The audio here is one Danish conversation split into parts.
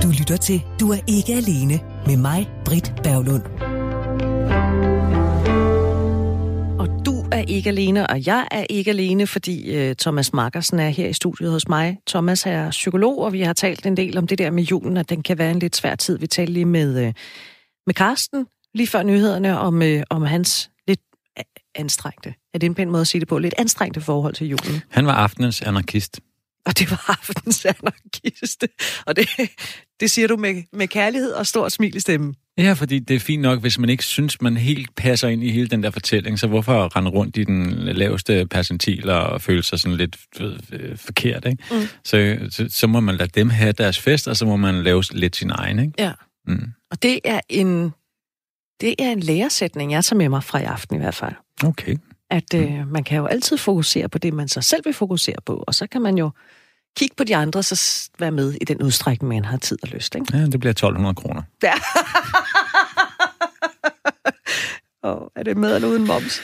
Du lytter til Du er ikke alene med mig, Britt Berglund. Og du er ikke alene, og jeg er ikke alene, fordi Thomas Markersen er her i studiet hos mig. Thomas er psykolog, og vi har talt en del om det der med julen, at den kan være en lidt svær tid. Vi talte lige med Karsten lige før nyhederne om hans lidt anstrengte, er det en pæn måde at sige det på, lidt anstrengte forhold til julen. Han var aftenens anarkist. Og det var aftens anarkist. Og det siger du med kærlighed og stort smil i stemmen. Ja, fordi det er fint nok, hvis man ikke synes, man helt passer ind i hele den der fortælling, så hvorfor rende rundt i den laveste percentil og føle sig sådan lidt forkert, ikke? Mm. Så må man lade dem have deres fest, og så må man lave lidt sin egen, ikke? Ja. Mm. Og det er en læresætning, jeg tager med mig fra i aften i hvert fald. Okay. At man kan jo altid fokusere på det, man så selv vil fokusere på, og så kan man jo kigge på de andre, så være med i den udstrækning, man har tid og lyst, ikke? Ja, det bliver 1200 kroner. Ja. Er det med eller uden moms?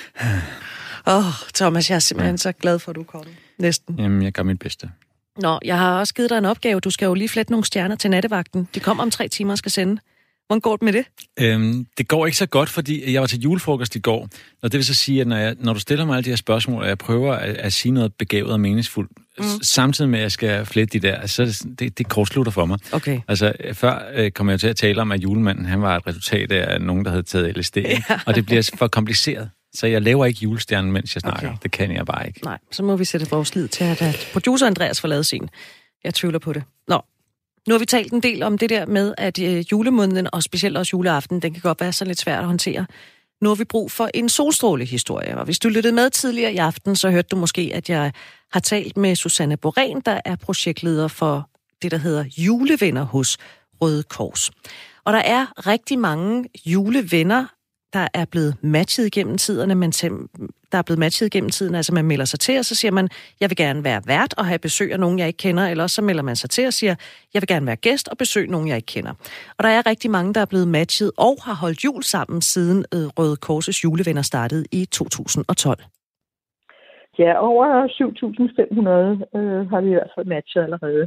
Thomas, jeg er simpelthen så glad for, at du kommer. Næsten. Jamen, jeg gør mit bedste. Nå, jeg har også givet dig en opgave. Du skal jo lige flette nogle stjerner til nattevagten. De kommer om 3 timer og skal sende. Hvordan går det med det? Det går ikke så godt, fordi jeg var til julefrokost i går, og det vil så sige, at når du stiller mig alle de her spørgsmål, og jeg prøver at sige noget begavet og meningsfuldt, samtidig med, at jeg skal flette de der, så det kortslutter for mig. Okay. Altså, før kom jeg til at tale om, at julemanden, han var et resultat af nogen, der havde taget LSD, og det bliver for kompliceret. Så jeg laver ikke julestjernen, mens jeg snakker. Okay. Det kan jeg bare ikke. Nej, så må vi sætte vores lid til, at producer Andreas får lavet sin. Jeg tvivler på det. Nå. Nu har vi talt en del om det der med, at julemåneden, og specielt også juleaften, den kan godt være sådan lidt svært at håndtere. Nu har vi brug for en solstrålehistorie, og hvis du lyttede med tidligere i aften, så hørte du måske, at jeg har talt med Susanne Borén, der er projektleder for det, der hedder Julevenner hos Røde Kors. Og der er rigtig mange julevenner, der er blevet matchet igennem tiderne, altså man melder sig til, og så siger man, jeg vil gerne være vært og have besøg af nogen, jeg ikke kender, eller også så melder man sig til og siger, jeg vil gerne være gæst og besøge nogen, jeg ikke kender. Og der er rigtig mange, der er blevet matchet og har holdt jul sammen, siden Røde Kors' julevenner startede i 2012. Ja, over 7.500 har vi i hvert fald matchet allerede.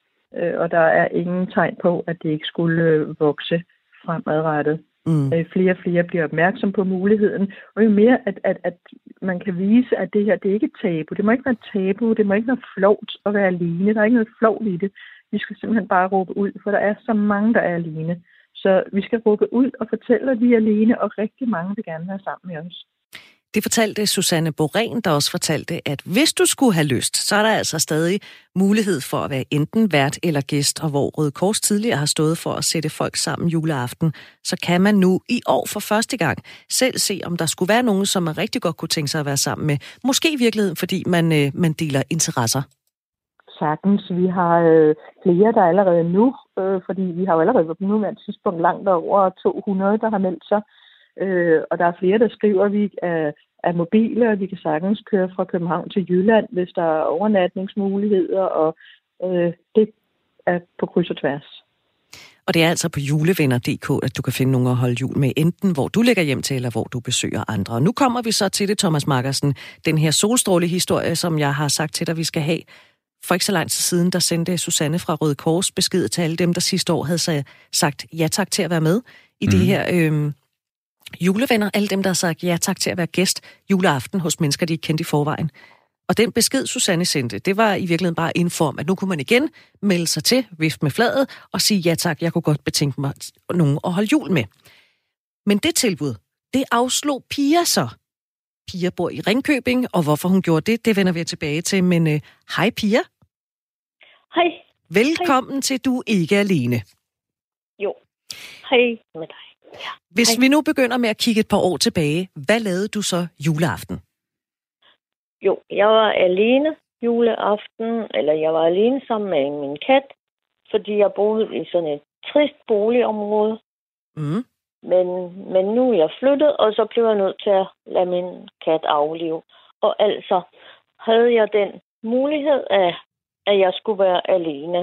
Og der er ingen tegn på, at det ikke skulle vokse fremadrettet. Flere og flere bliver opmærksom på muligheden, og jo mere, at man kan vise, at det her, det er ikke et tabu. Det må ikke være et tabu, det må ikke være flovt at være alene. Der er ikke noget flovt i det. Vi skal simpelthen bare råbe ud, for der er så mange, der er alene. Så vi skal råbe ud og fortælle, at vi er alene, og rigtig mange vil gerne være sammen med os. Det fortalte Susanne Borén, der også fortalte, at hvis du skulle have lyst, så er der altså stadig mulighed for at være enten vært eller gæst, og hvor Røde Kors tidligere har stået for at sætte folk sammen juleaften, så kan man nu i år for første gang selv se, om der skulle være nogen, som man rigtig godt kunne tænke sig at være sammen med. Måske i virkeligheden, fordi man deler interesser. Sagtens. Vi har flere, der allerede nu, fordi vi har jo allerede på nuværende tidspunkt langt over 200, der har meldt sig. Og der er flere, der skriver, at vi er mobile, og vi kan sagtens køre fra København til Jylland, hvis der er overnatningsmuligheder, og det er på kryds og tværs. Og det er altså på julevenner.dk, at du kan finde nogen at holde jul med, enten hvor du lægger hjem til, eller hvor du besøger andre. Og nu kommer vi så til det, Thomas Markersen, den her solstrålehistorie, som jeg har sagt til dig, vi skal have. For ikke så lang tid siden, der sendte Susanne fra Røde Kors besked til alle dem, der sidste år havde sagt ja tak til at være med i det her julevenner, alle dem, der har sagt ja tak til at være gæst juleaften hos mennesker, de ikke kendte i forvejen. Og den besked, Susanne sendte, det var i virkeligheden bare en form, at nu kunne man igen melde sig til, vifte med flaget og sige ja tak, jeg kunne godt betænke mig nogen at holde jul med. Men det tilbud, det afslog Pia så. Pia bor i Ringkøbing, og hvorfor hun gjorde det, det vender vi tilbage til. Men hej Pia. Hej. Velkommen til Du Ikke Alene. Jo. Hej med dig. Ja. Hvis vi nu begynder med at kigge et par år tilbage, hvad lavede du så juleaften? Jo, jeg var alene juleaften, eller jeg var alene sammen med min kat, fordi jeg boede i sådan et trist boligområde. Mm. Men nu er jeg flyttet, og så blev jeg nødt til at lade min kat aflive. Og altså havde jeg den mulighed af, at jeg skulle være alene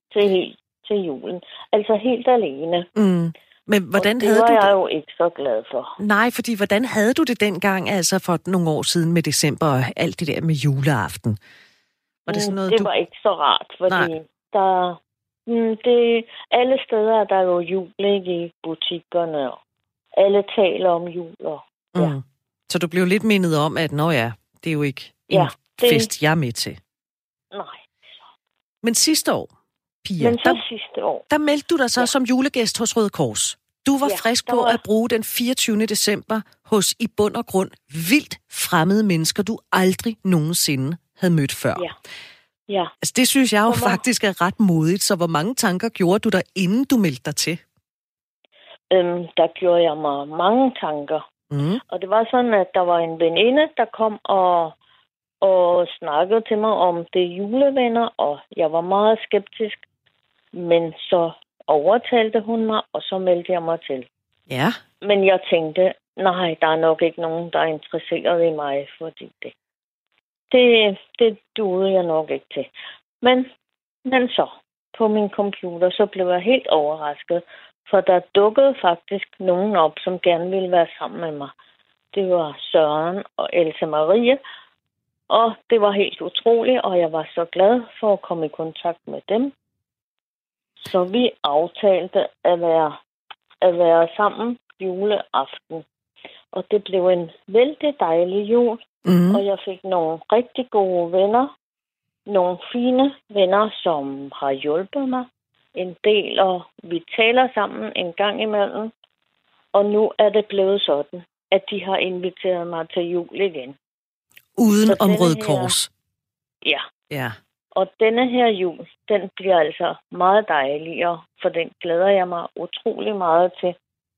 til julen. Altså helt alene. Mm. Men hvordan havde du det? Det var jeg jo ikke så glad for. Nej, fordi hvordan havde du det dengang, altså for nogle år siden med december og alt det der med juleaften? Var det sådan noget, det var ikke så rart, fordi Alle steder er der jo jul, ikke, i butikkerne. Alle taler om jul. Ja. Så du blev lidt mindet om, at det er jo ikke en fest, jeg er med til. Nej. Men sidste år, Pia, der meldte du dig så som julegæst hos Røde Kors. Du var frisk på at bruge den 24. december hos i bund og grund vildt fremmede mennesker, du aldrig nogensinde havde mødt før. Ja. Altså, det synes jeg jo faktisk er ret modigt. Så hvor mange tanker gjorde du der, inden du meldte dig til? Der gjorde jeg mig mange tanker. Og det var sådan, at der var en veninde, der kom og snakkede til mig om det julevenner, og jeg var meget skeptisk. Men så overtalte hun mig, og så meldte jeg mig til. Ja. Men jeg tænkte, nej, der er nok ikke nogen, der er interesseret i mig, fordi det duede jeg nok ikke til. Men så, på min computer, så blev jeg helt overrasket, for der dukkede faktisk nogen op, som gerne ville være sammen med mig. Det var Søren og Else Marie, og det var helt utroligt, og jeg var så glad for at komme i kontakt med dem. Så vi aftalte at være sammen juleaften. Og det blev en vældig dejlig jul. Og jeg fik nogle rigtig gode venner. Nogle fine venner, som har hjulpet mig en del. Og vi taler sammen en gang imellem. Og nu er det blevet sådan, at de har inviteret mig til jul igen. Uden om Røde Kors? Ja. Og denne her jul, den bliver altså meget dejligere, for den glæder jeg mig utrolig meget til.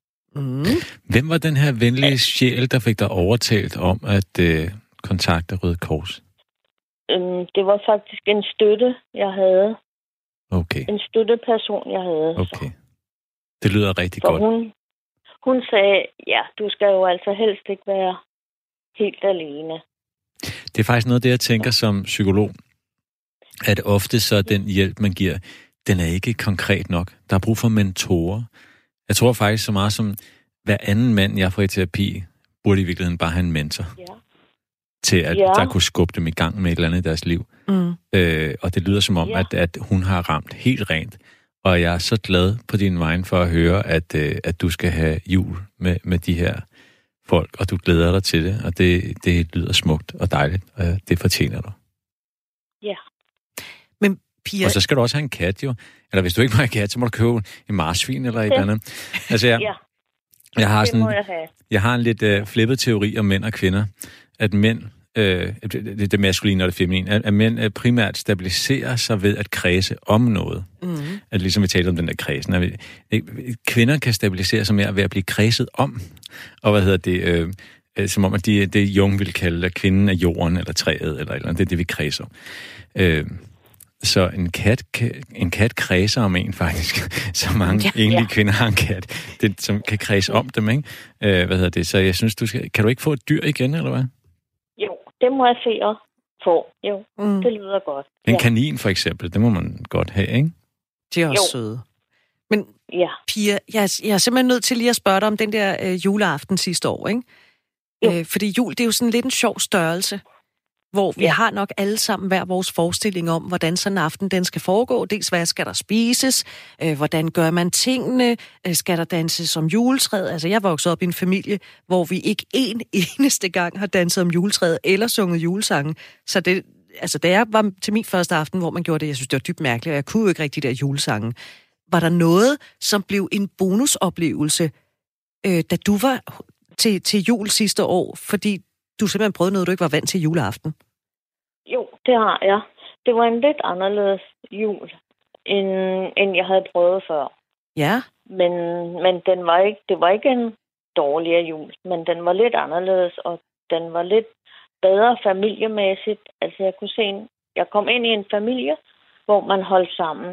Hvem var den her venlige sjæl, der fik dig overtalt om at kontakte Røde Kors? Det var faktisk en støtte, jeg havde. Okay. En støtteperson, jeg havde. Okay. Det lyder rigtig godt. Hun sagde, du skal jo altså helst ikke være helt alene. Det er faktisk noget af det, jeg tænker som psykolog, at ofte så den hjælp, man giver, den er ikke konkret nok. Der er brug for mentorer. Jeg tror faktisk så meget som hver anden mand, jeg får i terapi, burde i virkeligheden bare have en mentor. Til at der kunne skubbe dem i gang med et eller andet i deres liv. Og det lyder som om, at hun har ramt helt rent. Og jeg er så glad på din vegne for at høre, at du skal have jul med de her folk, og du glæder dig til det. Og det lyder smukt og dejligt, og det fortjener du. Ja. Men Pia... Og så skal du også have en kat, jo. Eller hvis du ikke må have kat, så må du købe en marsvin eller et eller andet. Altså, jeg har sådan, jeg har en lidt flippet teori om mænd og kvinder, at mænd, det maskuline og det feminine, at mænd primært stabiliserer sig ved at kredse om noget. At ligesom vi talte om den der kredsen. Kvinder kan stabilisere sig mere ved at blive kredset om. Og som om at det Jung ville kalde, at kvinden er jorden eller træet eller det er det, vi kredser. Så en kat kredser om en faktisk. Så mange egentlig kvinder har en kat, som kan kredse om dem, ikke? Så jeg synes, kan du ikke få et dyr igen, eller hvad? Jo, det må jeg se at få. Jo, det lyder godt. En kanin for eksempel, det må man godt have, ikke? De er også søde. Men Pia, jeg er simpelthen nødt til lige at spørge dig om den der juleaften sidste år, ikke? Fordi jul, det er jo sådan lidt en sjov størrelse, hvor vi har nok alle sammen hver vores forestilling om, hvordan sådan en aften den skal foregå. Dels hvad skal der spises, hvordan gør man tingene, skal der danses om juletræet. Altså jeg voksede op i en familie, hvor vi ikke en eneste gang har danset om juletræet eller sunget julesange. Så det, altså da jeg var til min første aften, hvor man gjorde det, jeg synes det var dybt mærkeligt, og jeg kunne jo ikke rigtig der julesange. Var der noget, som blev en bonusoplevelse, da du var til jul sidste år, fordi du simpelthen prøvede noget, du ikke var vant til juleaften? Jo, det har jeg. Det var en lidt anderledes jul, end jeg havde prøvet før. Ja. Men det var ikke en dårligere jul, men den var lidt anderledes, og den var lidt bedre familiemæssigt. Altså jeg kom ind i en familie, hvor man holdt sammen.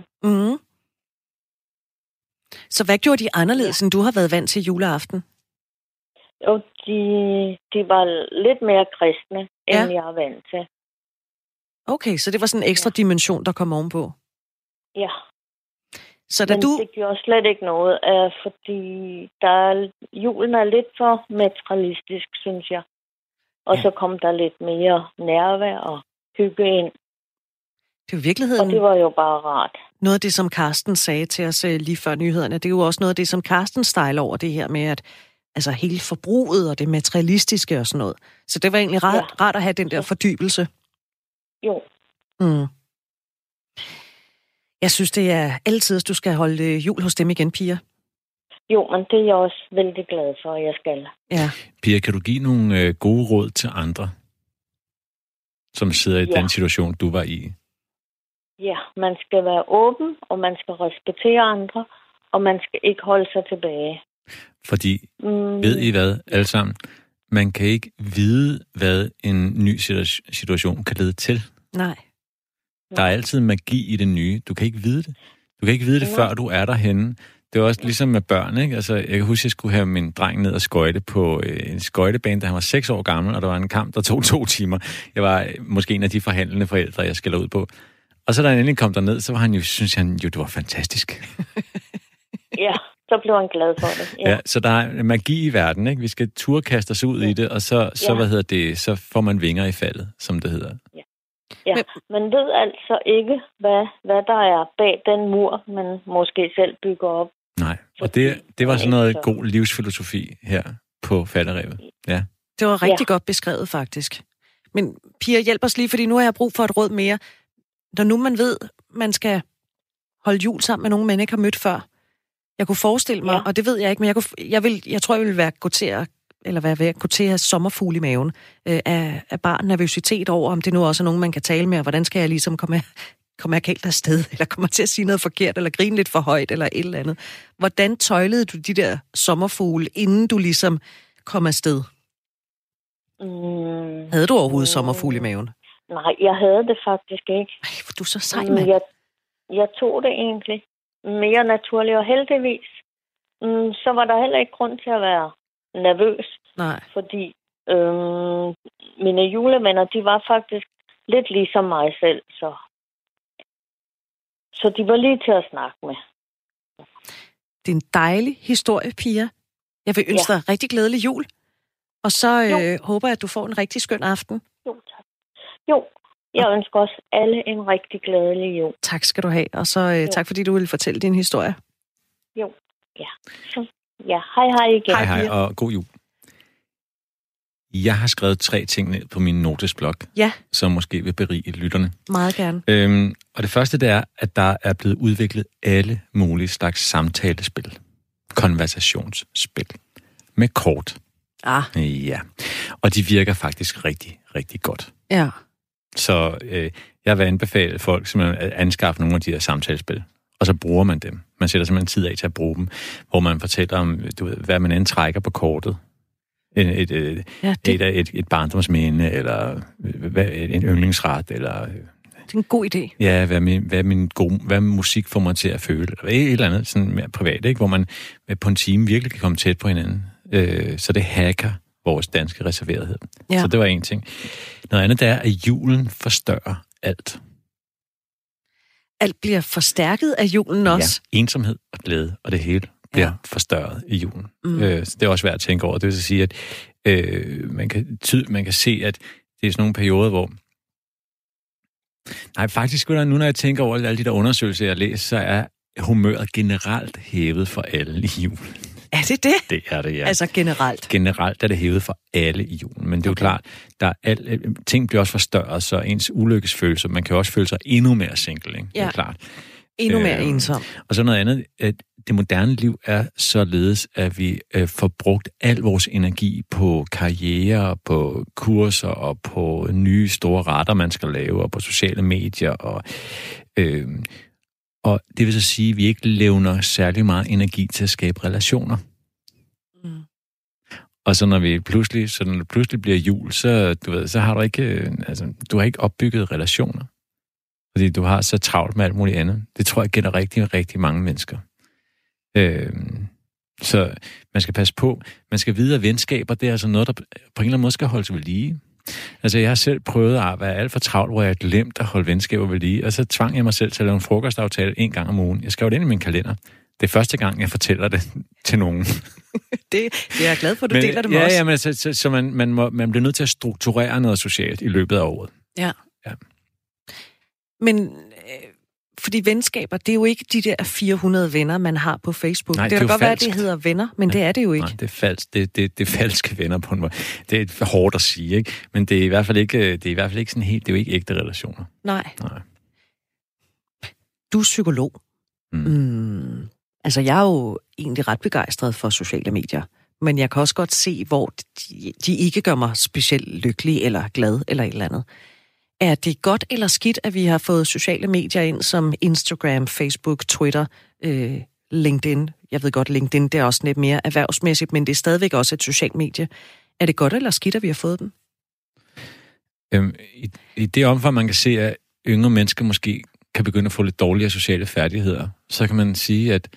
Så hvad gjorde de anderledes, end du har været vant til juleaften? Og de var lidt mere kristne, end jeg er vant til. Okay, så det var sådan en ekstra dimension, der kom ovenpå? Ja. Så men det gjorde slet ikke noget, fordi julen er lidt for materialistisk, synes jeg. Og så kom der lidt mere nærvær og hygge ind. Det er jo virkeligheden. Og det var jo bare rart. Noget af det, som Karsten sagde til os lige før nyhederne, det er jo også noget af det, som Karsten stejler over det her med, at altså hele forbruget og det materialistiske og sådan noget. Så det var egentlig rart at have den der fordybelse. Jo. Mm. Jeg synes, det er altid, at du skal holde jul hos dem igen, Pia. Jo, men det er jeg også vældig glad for, at jeg skal. Ja. Pia, kan du give nogle gode råd til andre, som sidder i den situation, du var i? Ja, man skal være åben, og man skal respektere andre, og man skal ikke holde sig tilbage. Fordi, ved I hvad, alle sammen? Man kan ikke vide, hvad en ny situation kan lede til. Nej. Der er altid magi i det nye. Du kan ikke vide det. Du kan ikke vide det, før du er derhenne. Det er også ligesom med børn, ikke? Altså, jeg kan huske, at jeg skulle have min dreng ned og skøjte på en skøjtebane, da han var 6 år gammel, og der var en kamp, der tog 2 timer. Jeg var måske en af de forhandlende forældre, jeg skal ud på. Og så da han endelig kom derned, så var han jo, synes han jo, det var fantastisk. Ja, så blev han glad for det. Ja, så der er magi i verden, ikke? Vi skal turkaste os ud i det, og så så får man vinger i faldet, som det hedder. Ja, man ved altså ikke, hvad der er bag den mur, man måske selv bygger op. Nej, og det var sådan noget god livsfilosofi her på Falderevet. Ja. Det var rigtig godt beskrevet, faktisk. Men Pia, hjælp os lige, fordi nu har jeg brug for et råd mere. Når nu man ved, man skal holde jul sammen med nogen, man ikke har mødt før. Jeg kunne forestille mig, og det ved jeg ikke, men jeg tror, jeg ville være ved at gå til at have sommerfugle i maven af bare nervøsitet over, om det nu også er nogen, man kan tale med, og hvordan skal jeg ligesom komme galt afsted, eller kommer til at sige noget forkert, eller grine lidt for højt, eller et eller andet. Hvordan tøjlede du de der sommerfugle, inden du ligesom kom afsted? Havde du overhovedet sommerfugle i maven? Nej, jeg havde det faktisk ikke. Ej, hvor du så sej, mand. Jeg tog det egentlig mere naturligt, og heldigvis, så var der heller ikke grund til at være nervøs. Nej. Fordi mine julevenner, de var faktisk lidt ligesom mig selv, så de var lige til at snakke med. Det er en dejlig historie, Pia. Jeg vil ønske dig rigtig glædelig jul. Og så håber jeg, at du får en rigtig skøn aften. Jo, tak. Jo, jeg ønsker også alle en rigtig glædelig jul. Tak skal du have. Og så tak, fordi du ville fortælle din historie. Jo, ja. Ja, hej igen. Hej, og god jul. Jeg har skrevet 3 ting ned på min notesblok, som måske vil berige lytterne. Meget gerne. Og det første, det er, at der er blevet udviklet alle mulige slags samtalespil. Konversationsspil. Med kort. Ja. Og de virker faktisk rigtig, rigtig godt. Ja. Så jeg vil anbefale folk simpelthen at anskaffe nogle af de her samtalespil. Og så bruger man dem. Man sætter simpelthen tid af til at bruge dem, hvor man fortæller om, hvad man end trækker på kortet. Et barndomsminde, eller en yndlingsret, eller... Det er en god idé. Ja, hvad musik får man til at føle, eller et eller andet sådan mere privat, ikke? Hvor man på en time virkelig kan komme tæt på hinanden. Så det hacker vores danske reserverethed. Ja. Så det var en ting. Noget andet er, at julen forstørrer alt. Alt bliver forstærket af julen også? Ja, ensomhed og glæde, og det hele bliver forstørret i julen. Så det er også værd at tænke over. Det vil sige, at man kan se, at det er sådan nogle perioder, hvor... Nej, faktisk, nu når jeg tænker over alle de der undersøgelser, jeg læser, så er humøret generelt hævet for alle i julen. Er det det? Det er det, ja. Altså generelt? Generelt er det hævet for alle i julen. Men det er jo klart, ting bliver også forstørret, så ens ulykkesfølelse, man kan også føle sig endnu mere single, ikke? Ja. Det er klart. Endnu mere ensom. Og så noget andet, at det moderne liv er således, at vi får brugt al vores energi på karriere, på kurser og på nye store retter, man skal lave, og på sociale medier. Og det vil så sige, at vi ikke levner særlig meget energi til at skabe relationer. Og så når det pludselig bliver jul, så har du ikke, du har ikke opbygget relationer. Fordi du har så travlt med alt muligt andet. Det tror jeg gælder rigtig, rigtig mange mennesker. Så man skal passe på. Man skal vide, at venskaber, det er altså noget, der på en eller anden måde skal holdes ved lige. Altså, jeg har selv prøvet at være alt for travlt, hvor jeg har glemt at holde venskaber ved lige, og så tvang jeg mig selv til at lave en frokostaftale 1 gang om ugen. Jeg skrev det ind i min kalender. Det er første gang, jeg fortæller det til nogen. Det er jeg glad for, at du deler det med os. Ja, men så man bliver nødt til at strukturere noget socialt i løbet af året. Ja. Men fordi venskaber, det er jo ikke de der 400 venner, man har på Facebook. Nej, det kan godt være, at det hedder venner, men det er det jo ikke. Nej, det er falsk. Det er falske venner på en måde. Det er hårdt at sige, ikke? Men det er i hvert fald ikke sådan helt, det er jo ikke ægte relationer. Nej. Du er psykolog. Altså, jeg er jo egentlig ret begejstret for sociale medier, men jeg kan også godt se, hvor de ikke gør mig specielt lykkelig eller glad eller et eller andet. Er det godt eller skidt, at vi har fået sociale medier ind som Instagram, Facebook, Twitter, LinkedIn? Jeg ved godt, LinkedIn det er også lidt mere erhvervsmæssigt, men det er stadigvæk også et socialt medie. Er det godt eller skidt, at vi har fået dem? I det omfang, man kan se, at yngre mennesker måske kan begynde at få lidt dårligere sociale færdigheder, så kan man sige, at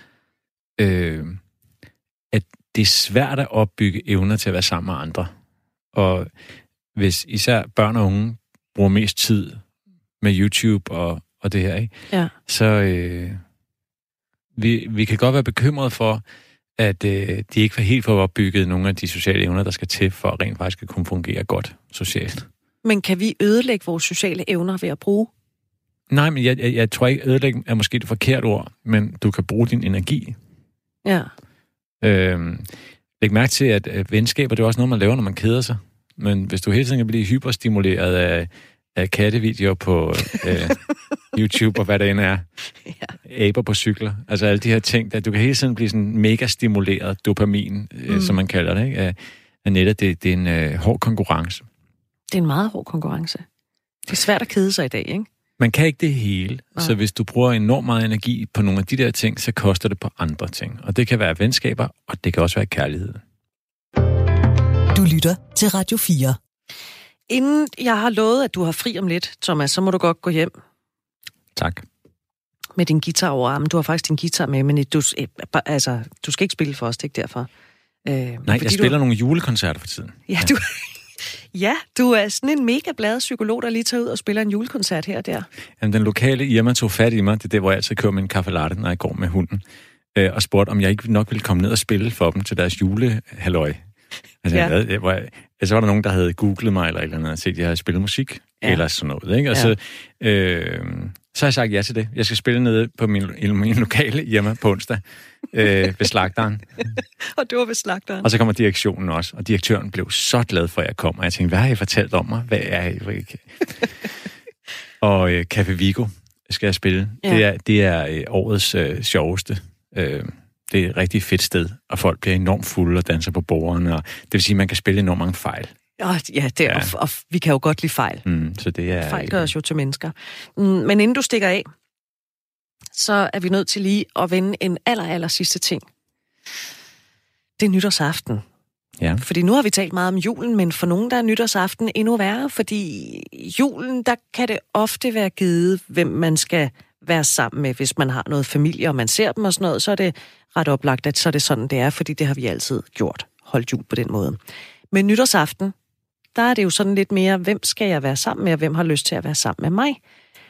det er svært at opbygge evner til at være sammen med andre. Og hvis især børn og unge bruger mest tid med YouTube og det her, ikke? Ja. Så vi kan godt være bekymrede for, at de ikke helt får opbygget nogle af de sociale evner, der skal til, for at rent faktisk at kunne fungere godt socialt. Men kan vi ødelægge vores sociale evner ved at bruge? Nej, men jeg tror ikke, ødelægge er måske det forkerte ord, men du kan bruge din energi. Ja. Læg mærke til, at venskaber, det er også noget, man laver, når man keder sig. Men hvis du hele tiden kan blive hyperstimuleret af kattevideoer på YouTube og hvad der end er, aber på cykler, altså alle de her ting, der du kan hele tiden blive sådan mega stimuleret dopamin, som man kalder det, ikke? Af nettet, det er en hård konkurrence. Det er en meget hård konkurrence. Det er svært at kede sig i dag, ikke? Man kan ikke det hele, så hvis du bruger enormt meget energi på nogle af de der ting, så koster det på andre ting. Og det kan være venskaber, og det kan også være kærlighed. Du lytter til Radio 4. Inden jeg har lovet, at du har fri om lidt, Thomas, så må du godt gå hjem. Tak. Med din guitar over armen. Du har faktisk din guitar med, men du skal ikke spille for os, det er ikke derfor. Nej, jeg spiller nogle julekoncerter for tiden. Ja, du er sådan en mega bladet psykolog, der lige tager ud og spiller en julekoncert her og der. Jamen, den lokale Irma tog fat i mig. Det er der, hvor jeg altid kører med en kaffe latte, når jeg går med hunden. Og spurgte, om jeg ikke nok ville komme ned og spille for dem til deres julehalløj. Altså, så var der nogen, der havde googlet mig eller et eller andet, og set, at jeg havde spillet musik, eller sådan noget, ikke? Og så har jeg sagt ja til det. Jeg skal spille nede på min lokale Irma på onsdag ved slagteren. Og det var ved slagteren. Og så kommer direktionen også, og direktøren blev så glad for, at jeg kom. Og jeg tænkte, hvad har I fortalt om mig? Hvad er I? Og Café Vigo skal jeg spille. Ja. Det er årets sjoveste. Det er et rigtig fedt sted, og folk bliver enormt fulde og danser på bordene. Og det vil sige, at man kan spille enormt mange fejl. Og vi kan jo godt lide fejl. Så det er fejl gør os jo til mennesker. Men inden du stikker af, så er vi nødt til lige at vende en aller sidste ting. Det er nytårsaften. Ja. Fordi nu har vi talt meget om julen, men for nogen der er nytårsaften endnu værre, fordi julen, der kan det ofte være givet, hvem man skal være sammen med. Hvis man har noget familie, og man ser dem og sådan noget, så er det ret oplagt, at så er det sådan, det er, fordi det har vi altid gjort. Holdt jul på den måde. Men nytårsaften, der er det jo sådan lidt mere, hvem skal jeg være sammen med, og hvem har lyst til at være sammen med mig?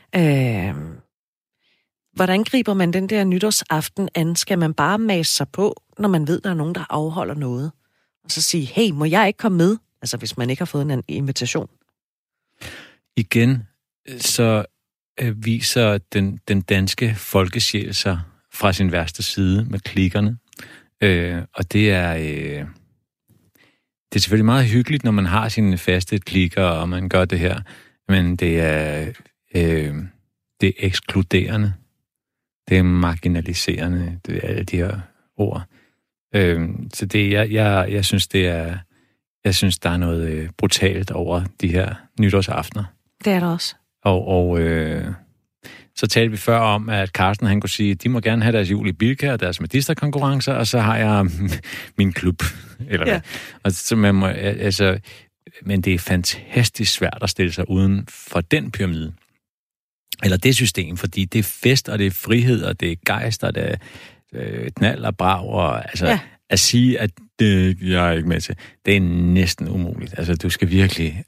Hvordan griber man den der nytårsaften an? Skal man bare mase sig på, når man ved, der er nogen, der afholder noget? Og så sige, hey, må jeg ikke komme med? Altså, hvis man ikke har fået en invitation. Igen, så viser den danske folkesjæl sig fra sin værste side med klikkerne. Og det er selvfølgelig meget hyggeligt, når man har sine faste klikker, og man gør det her. Men det er ekskluderende. Det er marginaliserende, det er alle de her ord. Så det, jeg synes, jeg synes, der er noget brutalt over de her nytårsaftener. Det er der også. Og så talte vi før om, at Carsten han kunne sige, at de må gerne have deres jul i Bilka og deres medisterkonkurrencer, og så har jeg min klub. Eller hvad. Og så man må, men det er fantastisk svært at stille sig uden for den pyramide. Eller det system, fordi det er fest, og det er frihed, og det er gejst, og det er knald og brag, og at sige, at det jeg er ikke med til, det er næsten umuligt. Altså, du skal virkelig,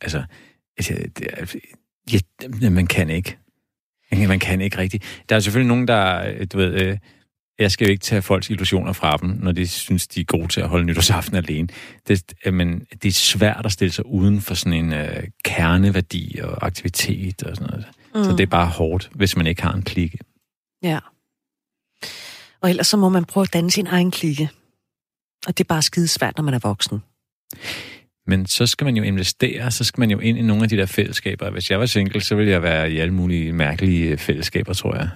man kan ikke. Man kan ikke rigtigt. Der er selvfølgelig nogen, der, jeg skal jo ikke tage folks illusioner fra dem, når de synes, de er gode til at holde nytårsaften alene. Men det er svært at stille sig uden for sådan en kerneværdi og aktivitet og sådan noget. Så det er bare hårdt, hvis man ikke har en klikke. Ja. Og ellers så må man prøve at danne sin egen klikke. Og det er bare skidesvært, når man er voksen. Men så skal man jo investere, så skal man jo ind i nogle af de der fællesskaber. Hvis jeg var single, så ville jeg være i alle mulige mærkelige fællesskaber, tror jeg.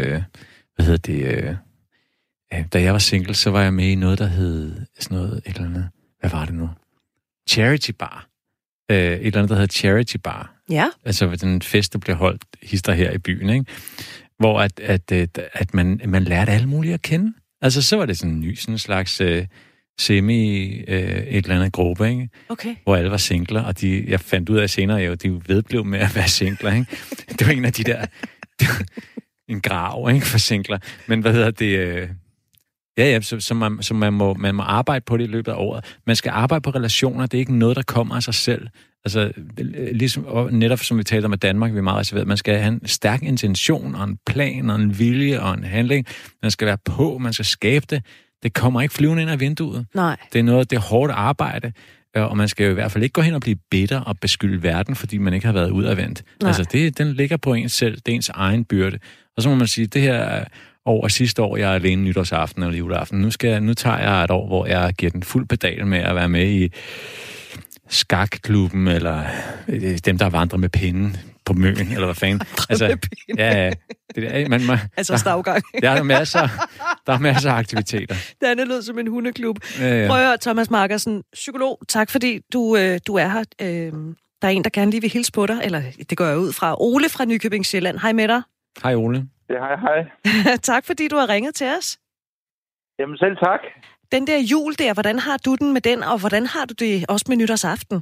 Da jeg var single, så var jeg med i noget, der hed sådan noget, et eller andet. Hvad var det nu? Charity Bar. Et eller andet, der hedder Charity Bar. Ja. Altså den fest, der blev holdt hister her i byen, ikke? Hvor at man lærte alle mulige at kende. Altså, så var det sådan en ny sådan slags et eller andet gruppe, ikke? Okay. Hvor alle var singler, og jeg fandt ud af senere, de vedblev med at være singler, ikke? Det var en af de der en grav, ikke, for singler. Men hvad hedder det? Så man må arbejde på det i løbet af året. Man skal arbejde på relationer. Det er ikke noget, der kommer af sig selv. Altså, ligesom, og netop som vi talte om i Danmark, vi er meget reserveret. Man skal have en stærk intention, og en plan, og en vilje, og en handling. Man skal være på, man skal skabe det. Det kommer ikke flyvende ind ad vinduet. Nej. Det er hårdt arbejde, og man skal jo i hvert fald ikke gå hen og blive bitter og beskylde verden, fordi man ikke har været udadvendt. Altså, den ligger på ens selv. Det er ens egen byrde. Og så må man sige, det her over sidste år, jeg er alene nytårsaften eller juleaften. Nu tager jeg et år, hvor jeg giver den fuld pedal med at være med i skakklubben, eller dem, der vandrer med pinden på Møn, eller hvad fanden. Altså, ja, altså stavgang. Der er masser af aktiviteter. Det andet lød som en hundeklub. Ja. Prøv at høre, Thomas Markersen, psykolog, tak fordi du er her. Der er en, der gerne lige vil hilse på dig, eller det går jeg ud fra. Ole fra Nykøbing Sjælland. Hej med dig. Hej Ole. Ja, hej. Tak fordi du har ringet til os. Jamen selv tak. Den der jul der, hvordan har du den med den, og hvordan har du det også med nytårsaften?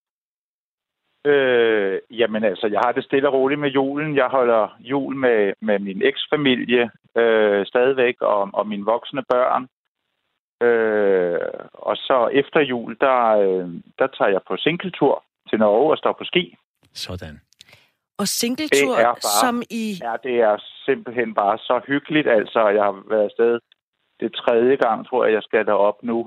Jamen altså, jeg har det stille og roligt med julen. Jeg holder jul med min eksfamilie stadigvæk, og mine voksne børn. Og så efter jul, der tager jeg på singletur til Norge og står på ski. Sådan. Og singletur, som i... Ja, det er simpelthen bare så hyggeligt. Altså, jeg har været afsted det 3. gang, tror jeg skal derop nu.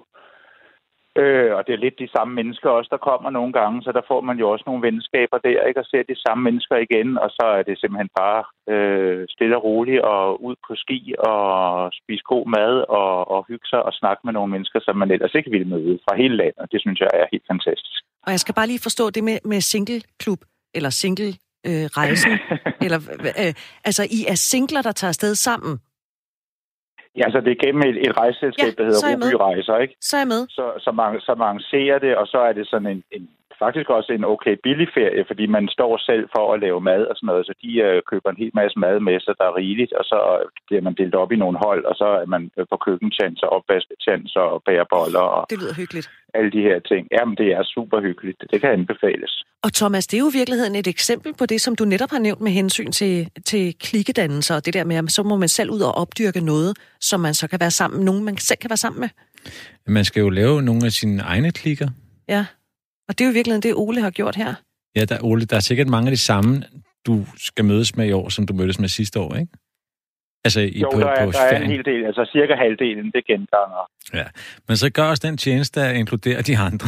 Og det er lidt de samme mennesker også, der kommer nogle gange, så der får man jo også nogle venskaber der, ikke? Og ser de samme mennesker igen, og så er det simpelthen bare stille og roligt og ud på ski og spise god mad og hygge sig og snakke med nogle mennesker, som man ellers ikke ville møde fra hele landet. Det synes jeg er helt fantastisk. Og jeg skal bare lige forstå det med singleklub, eller single-rejsen, eller altså I er singler, der tager afsted sammen? Ja, så det er gennem et rejseselskab, der hedder Ruby Rejser, ikke? Så er jeg med. Så man arrangerer det, og så er det sådan faktisk også en okay billig ferie, fordi man står selv for at lave mad og sådan noget, så de køber en hel masse mad med, så der er rigeligt, og så bliver man delt op i nogle hold, og så er man på køkkentjans og opvasketjans og bæreboller og det lyder hyggeligt. Alle de her ting. Jamen, det er super hyggeligt. Det kan anbefales. Og Thomas, det er jo i virkeligheden et eksempel på det, som du netop har nævnt med hensyn til klikkedannelser, og det der med, at så må man selv ud og opdyrke noget, som man så kan være sammen, nogen man selv kan være sammen med. Man skal jo lave nogle af sine egne klikker. Ja. Og det er jo i virkeligheden det, Ole har gjort her. Ja, der er sikkert mange af de samme, du skal mødes med i år, som du mødtes med sidste år, ikke? Altså der er en hel del, altså cirka halvdelen, det genganger. Ja, men så gør også den tjeneste at inkludere de andre.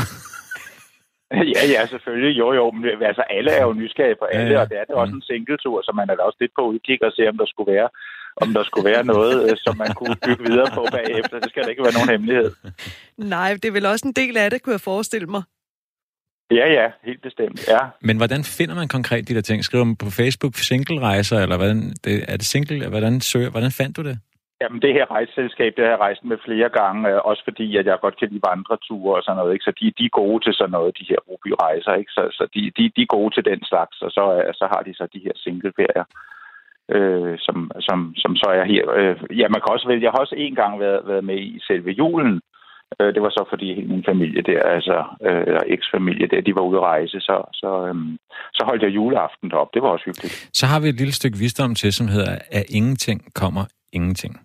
Ja, selvfølgelig. Jo, men altså alle er jo nysgerrige på alle, og det er også en singletur, så man er da også lidt på udkig og se, om der skulle være noget, som man kunne bygge videre på bagefter. Det skal da ikke være nogen hemmelighed. Nej, det er vel også en del af det, kunne jeg forestille mig. Ja, helt bestemt, ja. Men hvordan finder man konkret de der ting? Skriver man på Facebook single-rejser, eller er det single? Hvordan fandt du det? Jamen, det her rejseselskab, det har jeg rejst med flere gange, også fordi, at jeg godt kan lide vandreture og sådan noget, ikke? Så de er gode til sådan noget, de her Ruby-rejser, ikke? Så de er gode til den slags, og så har de så de her single-ferier, som så er her. Ja, man kan også vælge. Jeg har også en gang været med i selve julen. Det var så fordi hele min familie der, eksfamilie der, de var ude at rejse, så holdt jeg juleaften derop. Det var også hyggeligt. Så har vi et lille stykke visdom til, som hedder, at ingenting kommer ingenting.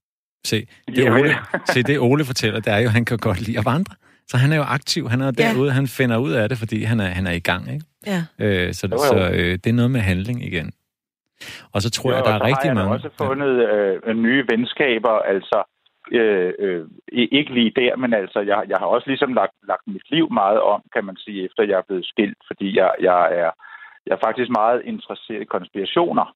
Det Ole fortæller, det er jo, at han kan godt lide at vandre. Så han er jo aktiv, han er derude, han finder ud af det, fordi han er i gang, ikke? Ja. Så det er noget med handling igen. Og så tror jeg, der er rigtig mange... Jeg har også fundet nye venskaber, altså ikke lige der, men altså, jeg har også ligesom lagt mit liv meget om, kan man sige, efter jeg er blevet skilt, fordi jeg Jeg er faktisk meget interesseret i konspirationer.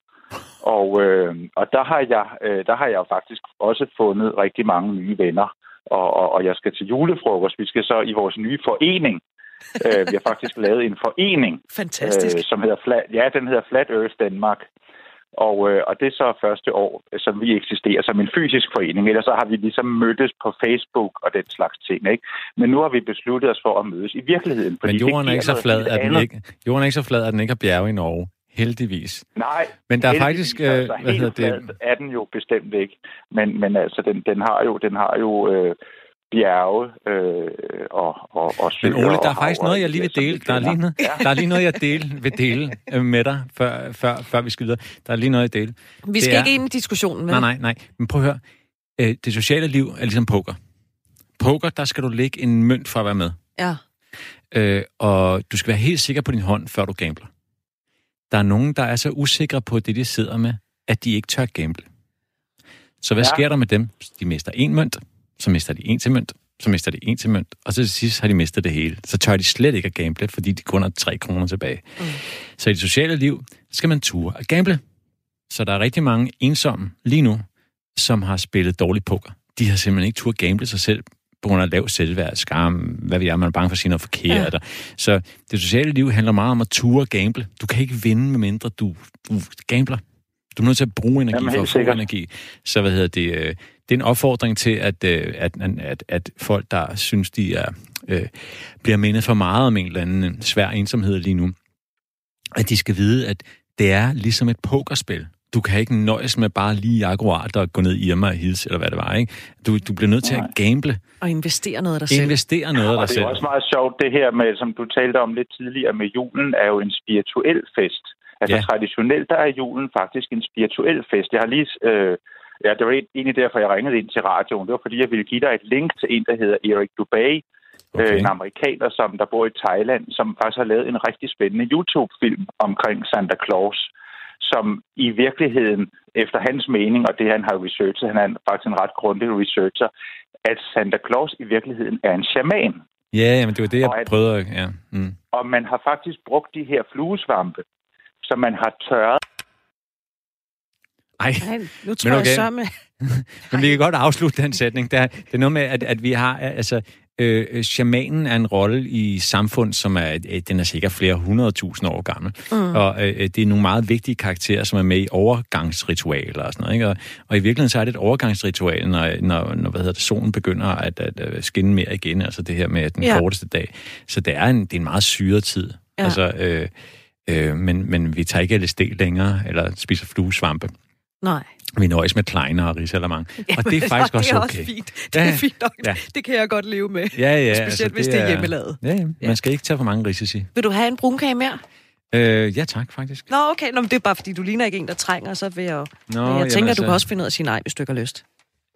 Og der har jeg faktisk også fundet rigtig mange nye venner. Og jeg skal til julefrokost. Vi skal så i vores nye forening. Vi har faktisk lavet en forening. Fantastisk. Som hedder den hedder Flat Earth Danmark. Og det er så første år, som vi eksisterer som en fysisk forening. Ellers så har vi ligesom mødtes på Facebook og den slags ting, ikke? Men nu har vi besluttet os for at mødes i virkeligheden. Men jorden er ikke så flad, at den ikke har bjerge i Norge. Heldigvis. Nej. Men der er faktisk... helt flad er den jo bestemt ikke. Men altså, den har jo bjerge og søer. Men Ole, der er faktisk noget, jeg lige vil dele. Der er lige noget, jeg vil dele med dig, før vi skal videre. Der er lige noget, jeg dele. Vi skal ikke ind i diskussionen med. Nej. Men prøv at høre. Det sociale liv er ligesom poker. Poker, der skal du lægge en mønt for at være med. Ja. Og du skal være helt sikker på din hånd, før du gambler. Der er nogen, der er så usikre på det, de sidder med, at de ikke tør gamble. Så hvad sker der med dem? De mister en mønt, så mister de en til mønt, så mister de en til mønt, og så til sidst har de mistet det hele. Så tør de slet ikke at gamble, fordi de kun har 3 kroner tilbage. Så i det sociale liv skal man ture at gamble. Så der er rigtig mange ensomme lige nu, som har spillet dårlig poker. De har simpelthen ikke tur at gamble sig selv, på grund af lav selvværd, skam, hvad ved jeg, man er bange for at sige noget forkert. Ja. Så det sociale liv handler meget om at ture og gamble. Du kan ikke vinde, medmindre du gambler. Du er nødt til at bruge energi for at få energi. Så det er en opfordring til, at folk, der synes, de bliver mindet for meget om en eller anden svær ensomhed lige nu, at de skal vide, at det er ligesom et pokerspil. Du kan ikke nøjes med bare lige akkurat at gå ned i Irma og Hils, eller hvad det var, ikke? Du bliver nødt til at gamble. Og investere noget af dig selv. Og det er også meget sjovt, det her med, som du talte om lidt tidligere med julen, er jo en spirituel fest. Altså traditionelt, der er julen faktisk en spirituel fest. Jeg har lige... det var egentlig derfor, jeg ringede ind til radioen. Det var fordi, jeg ville give dig et link til en, der hedder Eric Dubay. En amerikaner, der bor i Thailand, som faktisk har lavet en rigtig spændende YouTube-film omkring Santa Claus, som i virkeligheden, efter hans mening, og det han har researchet, han er faktisk en ret grundig researcher, at Santa Claus i virkeligheden er en shaman. Ja, men det var det, jeg prøvede. Ja. Og man har faktisk brugt de her fluesvampe, som man har tørret. Ej, nu tror jeg så med... Men vi kan godt afslutte den sætning. Det er noget med, at vi har... Altså, shamanen er en rolle i samfund, som den er sikkert flere 100.000 år gammel. Og det er nogle meget vigtige karakterer, som er med i overgangsritualer og sådan noget. Ikke? Og i virkeligheden så er det et overgangsritual, når solen begynder at skinne mere igen. Altså det her med den korteste dag. Så det er en meget syret tid. Ja. Altså, men vi tager ikke LSD længere, eller spiser fluesvampe. Nej. Vi nøjes med kleiner og risalamang. Og det er faktisk også okay. Det er også fint. Det er fint nok. Ja. Det kan jeg godt leve med. Ja, specielt hvis det er hjemmelavet. Ja, man skal ikke tage for mange risici. Vil du have en brunkage mere? Ja, tak, faktisk. Nå, okay. Men det er bare, fordi du ligner ikke en, der trænger, så vil jeg jeg tænker, at du kan også finde ud af at sige nej, hvis du ikke har lyst.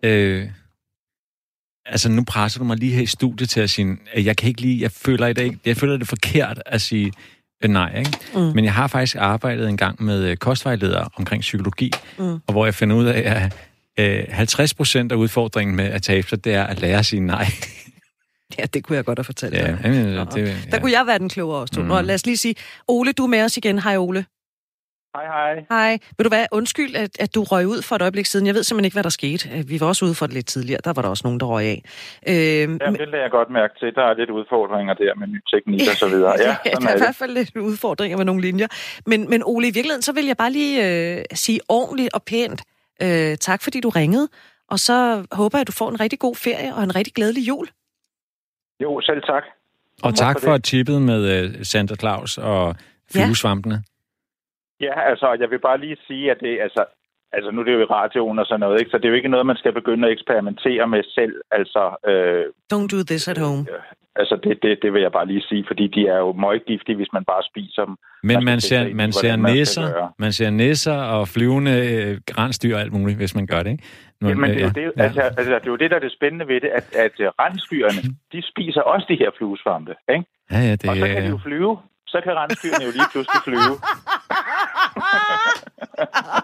Altså, nu presser du mig lige her i studiet til at sige, jeg kan ikke lide, jeg føler det er forkert at sige nej, ikke? Men jeg har faktisk arbejdet en gang med kostvejledere omkring psykologi, og hvor jeg finder ud af, at 50% af udfordringen med at tage efter, det er at lære at sige nej. Ja, det kunne jeg godt have fortalt dig. Der kunne jeg være den klogere også. Nå, lad os lige sige, Ole, du er med os igen. Hej, Ole. Hej. Hej. Vil du være undskyld, at du røg ud for et øjeblik siden? Jeg ved simpelthen ikke, hvad der skete. Vi var også ude for det lidt tidligere. Der var der også nogen, der røg af. Jamen, det lader jeg godt mærke til. Der er lidt udfordringer der med ny teknik og så videre. Ja, der er i hvert fald lidt udfordringer med nogle linjer. Men Ole, i virkeligheden, så vil jeg bare lige sige ordentligt og pænt tak, fordi du ringede. Og så håber jeg, at du får en rigtig god ferie og en rigtig glædelig jul. Jo, selv tak. Og tak for tippet med Santa Claus og fluesvampene. Ja, altså, jeg vil bare lige sige, at det altså nu er det jo i radioen og sådan noget, ikke? Så det er jo ikke noget, man skal begynde at eksperimentere med selv, altså... Don't do this at home. Altså, det vil jeg bare lige sige, fordi de er jo møggiftige, hvis man bare spiser dem. Men man ser nisser og flyvende rensdyr og alt muligt, hvis man gør det, ikke? Jamen, det er jo det, der er det spændende ved det, at rensdyrene, de spiser også de her fluesvampe, ikke? Ja, og så kan de jo flyve. Så kan rensdyrene jo lige pludselig flyve.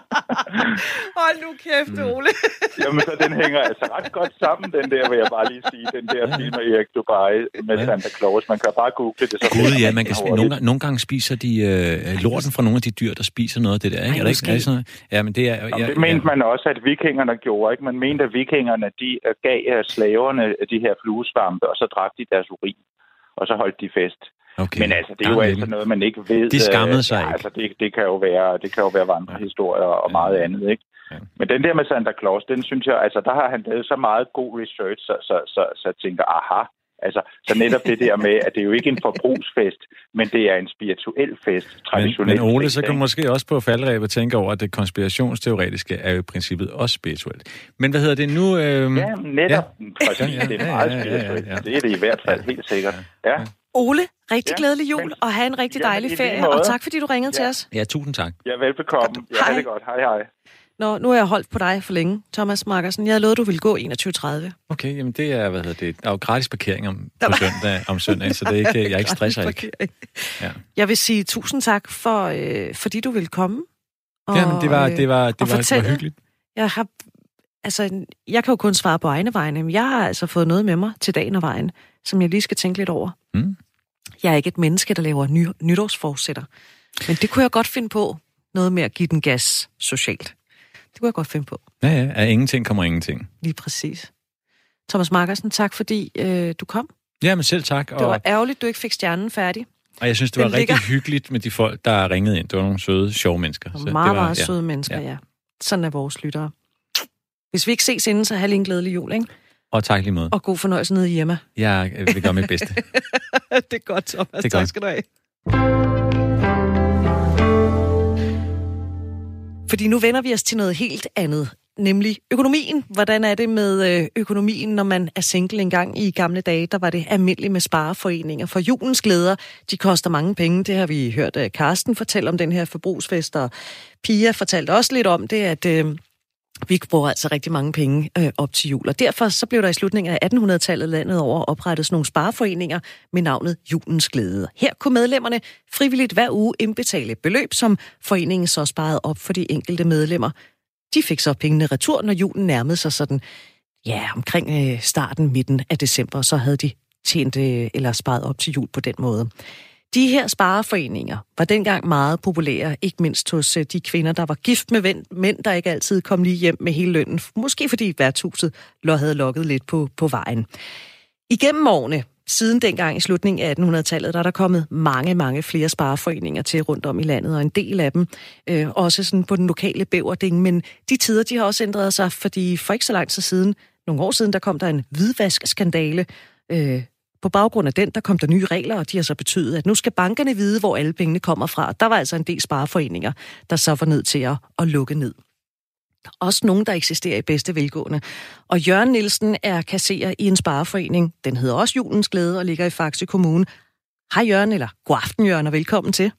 Hold nu kæft, Ole. Jamen, så den hænger altså ret godt sammen, den der, vil jeg bare lige sige. Den der film af Erik Dubai med Santa Claus. Man kan bare google det. Så Gud, ja, man kan nogle gange spiser de lorten fra nogle af de dyr, der spiser noget af det der, ikke? Er det sådan noget? Ja, men det er... det mente man også, at vikingerne gjorde, ikke? Man mente, at vikingerne, de gav slaverne de her fluesvampe, og så drak de deres urin. Og så holdt de fest. Okay. Men altså, det er jo altså noget, man ikke ved. De skammede sig ikke. Altså, det kan jo være vandrehistorier og meget andet, ikke? Ja. Men den der med Santa Claus, den synes jeg, altså, der har han lavet så meget god research, så jeg tænker, aha. Altså, så netop det der med, at det er jo ikke en forbrugsfest, men det er en spirituel fest, traditionel. Men Ole, så kan du måske også på faldrebet tænke over, at det konspirationsteoretiske er jo i princippet også spirituelt. Men hvad hedder det nu? Ja, netop. Ja. Præcis, det er meget spirituelt. Ja. Det er det i hvert fald helt sikkert. Ja. Ole, rigtig glædelig jul, og have en rigtig dejlig ferie, og tak fordi du ringede til os. Ja, tusind tak. Ja, velbekomme. Ja, det er godt. Hej. Nu har jeg holdt på dig for længe, Thomas Markersen. Jeg havde lovet, du ville gå 21.30. Okay, jamen det er, der er jo gratis parkering om søndag, så det er ikke, jeg ikke stresser ikke. Ja. Jeg vil sige tusind tak, fordi du ville komme. Og, jamen, det var hyggeligt. Jeg kan jo kun svare på egne vegne, men jeg har altså fået noget med mig til dagen og vejen, som jeg lige skal tænke lidt over. Mm. Jeg er ikke et menneske, der laver nytårsforsætter, men det kunne jeg godt finde på. Noget med at give den gas socialt. Det kunne jeg godt finde på. Ja, af ingenting kommer ingenting. Lige præcis. Thomas Markersen, tak fordi du kom. Ja, men selv tak. Det var ærgerligt, du ikke fik stjernen færdig. Og jeg synes, det var rigtig hyggeligt med de folk, der ringede ind. Det var nogle søde, sjove mennesker. Så meget søde mennesker, ja. Sådan er vores lyttere. Hvis vi ikke ses inden, så have lige en glædelig jul, ikke? Og tak lige måde. Og god fornøjelse nede hjemme. Jeg vil gøre mit bedste. Det er godt, Thomas. Tak skal du have. Fordi nu vender vi os til noget helt andet, nemlig økonomien. Hvordan er det med økonomien, når man er single en gang i gamle dage? Der var det almindeligt med spareforeninger. For julens glæder, de koster mange penge. Det har vi hørt Karsten fortælle om den her forbrugsfest, og Pia fortalte også lidt om det, at vi bruger altså rigtig mange penge op til jul. Og derfor så blev der i slutningen af 1800-tallet landet over oprettet nogle spareforeninger med navnet Julens Glæde. Her kunne medlemmerne frivilligt hver uge indbetale beløb, som foreningen så sparede op for de enkelte medlemmer. De fik så pengene retur, når julen nærmede sig sådan, omkring midten af december, så havde de tjent eller sparet op til jul på den måde. De her spareforeninger var dengang meget populære, ikke mindst hos de kvinder, der var gift med mænd, der ikke altid kom lige hjem med hele lønnen. Måske fordi værtshuset havde lukket lidt på vejen. Igennem årene, siden dengang i slutningen af 1800-tallet, der er der kommet mange flere spareforeninger til rundt om i landet, og en del af dem også sådan på den lokale bæverding. Men de tider, de har også ændret sig, fordi for ikke så lang tid siden, nogle år siden, der kom der en hvidvaskskandale. På baggrund af den, der kom der nye regler, og de har så betydet, at nu skal bankerne vide, hvor alle pengene kommer fra. Der var altså en del spareforeninger, der så var nødt til at lukke ned. Også nogen, der eksisterer i bedste velgående. Og Jørgen Nielsen er kasserer i en spareforening. Den hedder også Julens Glæde og ligger i Faxe Kommune. Hej Jørgen, eller god aften Jørgen, og velkommen til.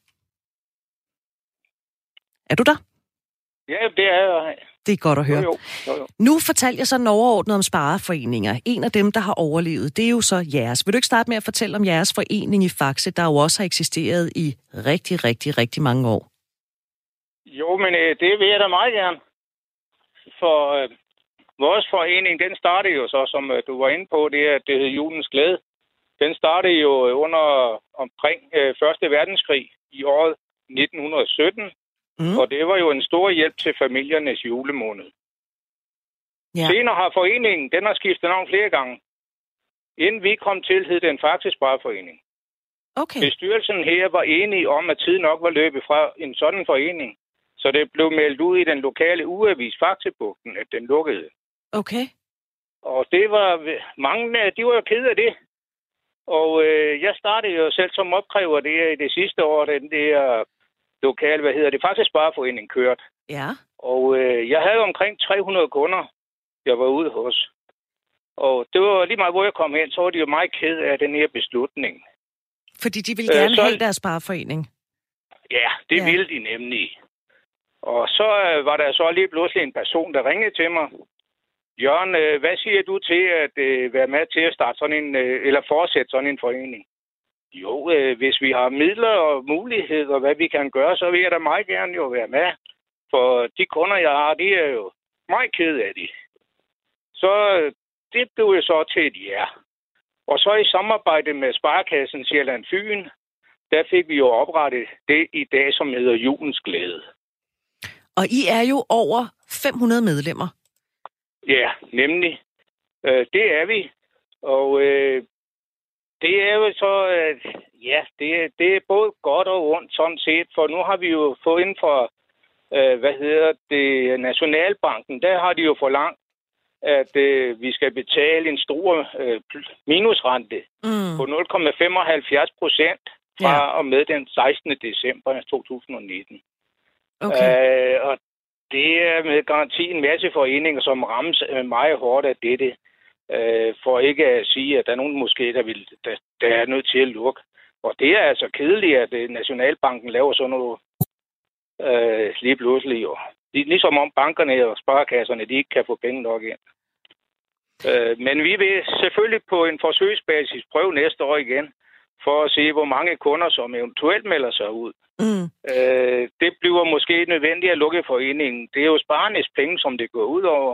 Er du der? Ja, det er jeg. Det er godt at høre. Jo. Nu fortalte jeg sådan overordnet om spareforeninger. En af dem, der har overlevet, det er jo så jeres. Vil du ikke starte med at fortælle om jeres forening i Faxe, der jo også har eksisteret i rigtig mange år? Jo, men det vil jeg da meget gerne. For vores forening, den startede jo så, som du var inde på, det hed Julens Glæde. Den startede jo under omkring 1. verdenskrig i året 1917. Og det var jo en stor hjælp til familiernes julemåned. Ja. Senere har foreningen, den har skiftet navn flere gange. Inden vi kom til, hed den Faxe Spareforening. Okay. Bestyrelsen her var enige om, at tiden nok var løbet fra en sådan forening. Så det blev meldt ud i den lokale ugeavis Faxebugten, at den lukkede. Okay. Og det var mange, de var jo ked af det. Og jeg startede jo selv som opkræver det i det sidste år, den der lokale, Faxe Spareforening kørt. Ja. Og jeg havde omkring 300 kunder, jeg var ude hos. Og det var lige meget, hvor jeg kom hen, så var de jo meget ked af den her beslutning. Fordi de ville gerne have deres spareforening? Ja, det ville de nemlig. Og så var der så lige pludselig en person, der ringede til mig. Jørgen, hvad siger du til at være med til at starte sådan en, eller fortsætte sådan en forening? Jo, hvis vi har midler og muligheder, hvad vi kan gøre, så vil jeg da meget gerne jo være med. For de kunder, jeg har, de er jo meget kede af det. Så det blev jo så til et ja. Og så i samarbejde med Sparekassen Sjælland Fyn, der fik vi jo oprettet det i dag, som hedder Julens Glæde. Og I er jo over 500 medlemmer. Ja, nemlig. Det er vi. Og det er jo så, ja, det er både godt og ondt sådan set, for nu har vi jo fået inden for, Nationalbanken, der har de jo forlangt, at vi skal betale en stor minusrente på 0,75% fra og med den 16. december 2019. Okay. Og det er med garanti en masse foreninger, som rammes meget hårdt af dette. For ikke at sige, at der er nogen måske, der er nødt til at lukke. Og det er altså kedeligt, at Nationalbanken laver sådan noget lige pludselig. Ligesom om bankerne og sparekasserne, de ikke kan få penge nok ind. Men vi vil selvfølgelig på en forsøgsbasis prøve næste år igen, for at se, hvor mange kunder, som eventuelt melder sig ud. Det bliver måske nødvendigt at lukke foreningen. Det er jo sparernes penge, som det går ud over.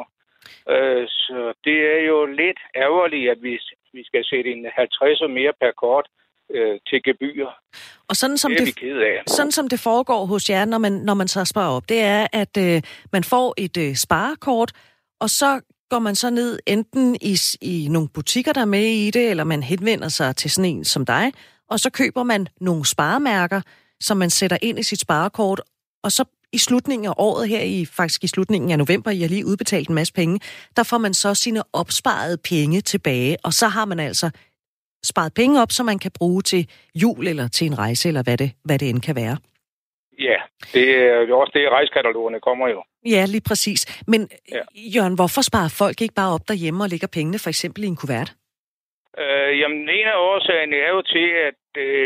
Så det er jo lidt ærgerligt, at vi skal sætte en 50 og mere per kort til gebyr. Og sådan som, sådan som det foregår hos jer, når man så sparer op, det er, at man får et sparekort, og så går man så ned enten i nogle butikker, der er med i det, eller man henvender sig til sådan en som dig, og så køber man nogle sparemærker, som man sætter ind i sit sparekort, og så i slutningen af året her, faktisk i slutningen af november, I har lige udbetalt en masse penge, der får man så sine opsparede penge tilbage, og så har man altså sparet penge op, som man kan bruge til jul eller til en rejse, eller hvad det end kan være. Ja, det er jo også det, rejskatalogerne kommer jo. Ja, lige præcis. Men Jørgen, hvorfor sparer folk ikke bare op derhjemme og lægger pengene for eksempel i en kuvert? Jamen, en af årsagerne er jo til, at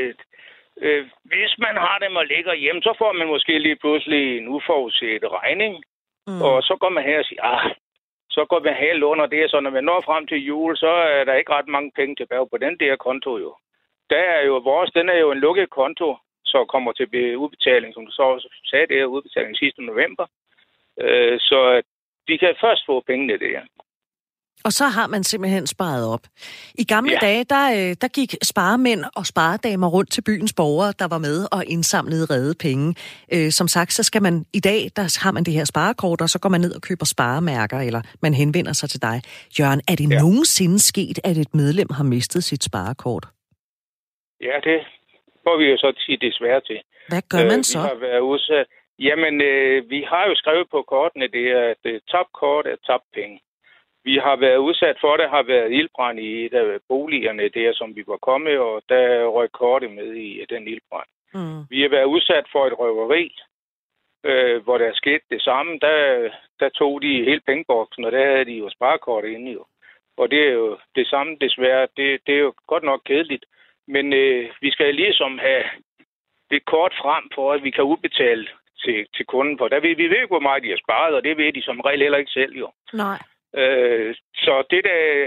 hvis man har dem og ligger hjemme, så får man måske lige pludselig en uforudset regning. Og så går man her og siger, så går man her og låner det, så når man når frem til jul, så er der ikke ret mange penge tilbage på den der konto jo. Der er jo den er jo en lukket konto, så kommer til udbetaling, som du så sagde, det er udbetaling sidste november. Så de kan først få pengene der. Og så har man simpelthen sparet op. I gamle dage, der gik sparemænd og sparedamer rundt til byens borgere, der var med og indsamlede redde penge. Som sagt, så skal man i dag, der har man det her sparekort, og så går man ned og køber sparemærker, eller man henvender sig til dig. Jørgen, er det nogensinde sket, at et medlem har mistet sit sparekort? Ja, det får vi jo så sige desværre til. Hvad gør man så? Vi har været udsat. Jamen, vi har jo skrevet på kortene, det er, at tabt kort er tabt penge. Vi har været udsat for, der har været ildbrand i et af boligerne der, som vi var kommet, og der røg kortet med i den ildbrand. Vi har været udsat for et røveri, hvor der skete det samme. Der tog de hele pengeboksen, og der havde de jo sparekortet inde jo. Og det er jo det samme desværre. Det er jo godt nok kedeligt. Men vi skal ligesom have det kort frem for, at vi kan udbetale til kunden på. Vi ved ikke, hvor meget de har sparet, og det ved de som regel heller ikke selv jo. Nej. Så det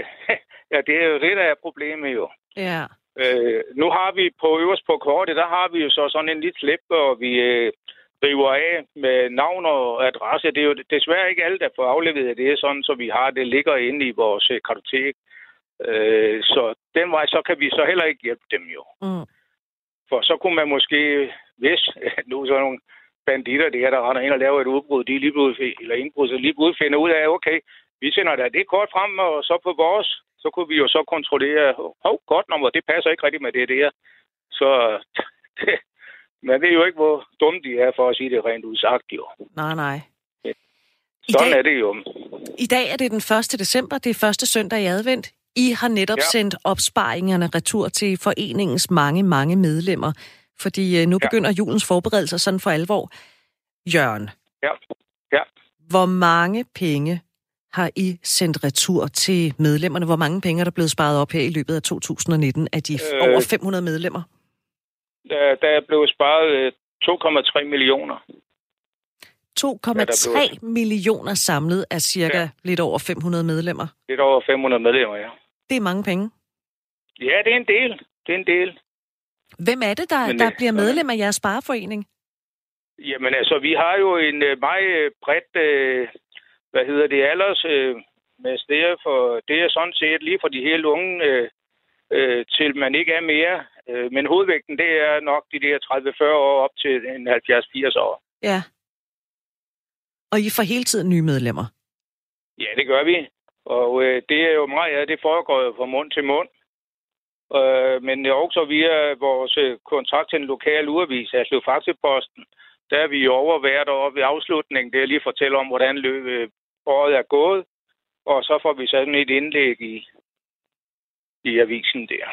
er jo det, der er problemet jo. Ja. Nu har vi øverst på kortet, der har vi jo så sådan en lille slip, og vi river af med navn og adresse. Det er jo desværre ikke alle, der får afleveret det, sådan så vi har det ligger inde i vores kartotek. Så den vej, så kan vi så heller ikke hjælpe dem jo. For så kunne man måske, hvis nu så nogle banditter, det her, der render ind og laver et udbrud, de lige pludselig finder ud af, okay, vi sender da det kort frem, og så på vores, så kunne vi jo så kontrollere, godt nummer, det passer ikke rigtigt med det der. Så man ved jo ikke, hvor dumme de er, for at sige det rent udsagt, jo. Nej. Sådan er det jo. I dag er det den 1. december, det er første søndag i advent. I har netop sendt opsparingerne retur til foreningens mange medlemmer, fordi nu begynder julens forberedelser sådan for alvor. Jørgen, hvor mange penge har I sendt retur til medlemmerne? Hvor mange penge er der blevet sparet op her i løbet af 2019 af de over 500 medlemmer? Der er blevet sparet 2,3 millioner. 2,3 millioner samlet af cirka lidt over 500 medlemmer? Lidt over 500 medlemmer, ja. Det er mange penge. Ja, det er en del. Hvem er det, der bliver medlem af jeres spareforening? Jamen altså, vi har jo en meget bredt, alders med steder for, det er sådan set lige for de helt unge, til man ikke er mere. Men hovedvægten, det er nok de der 30-40 år op til en 70-80 år. Ja. Og I får hele tiden nye medlemmer? Ja, det gør vi. Og det er jo meget af det foregår jo fra mund til mund. Men også via vores kontakt til en lokal ugeavis, altså Faxe-Posten, der er vi jo over hvert år ved afslutningen. Det er lige at fortælle om, hvordan året er gået. Og så får vi sådan et indlæg i avisen der.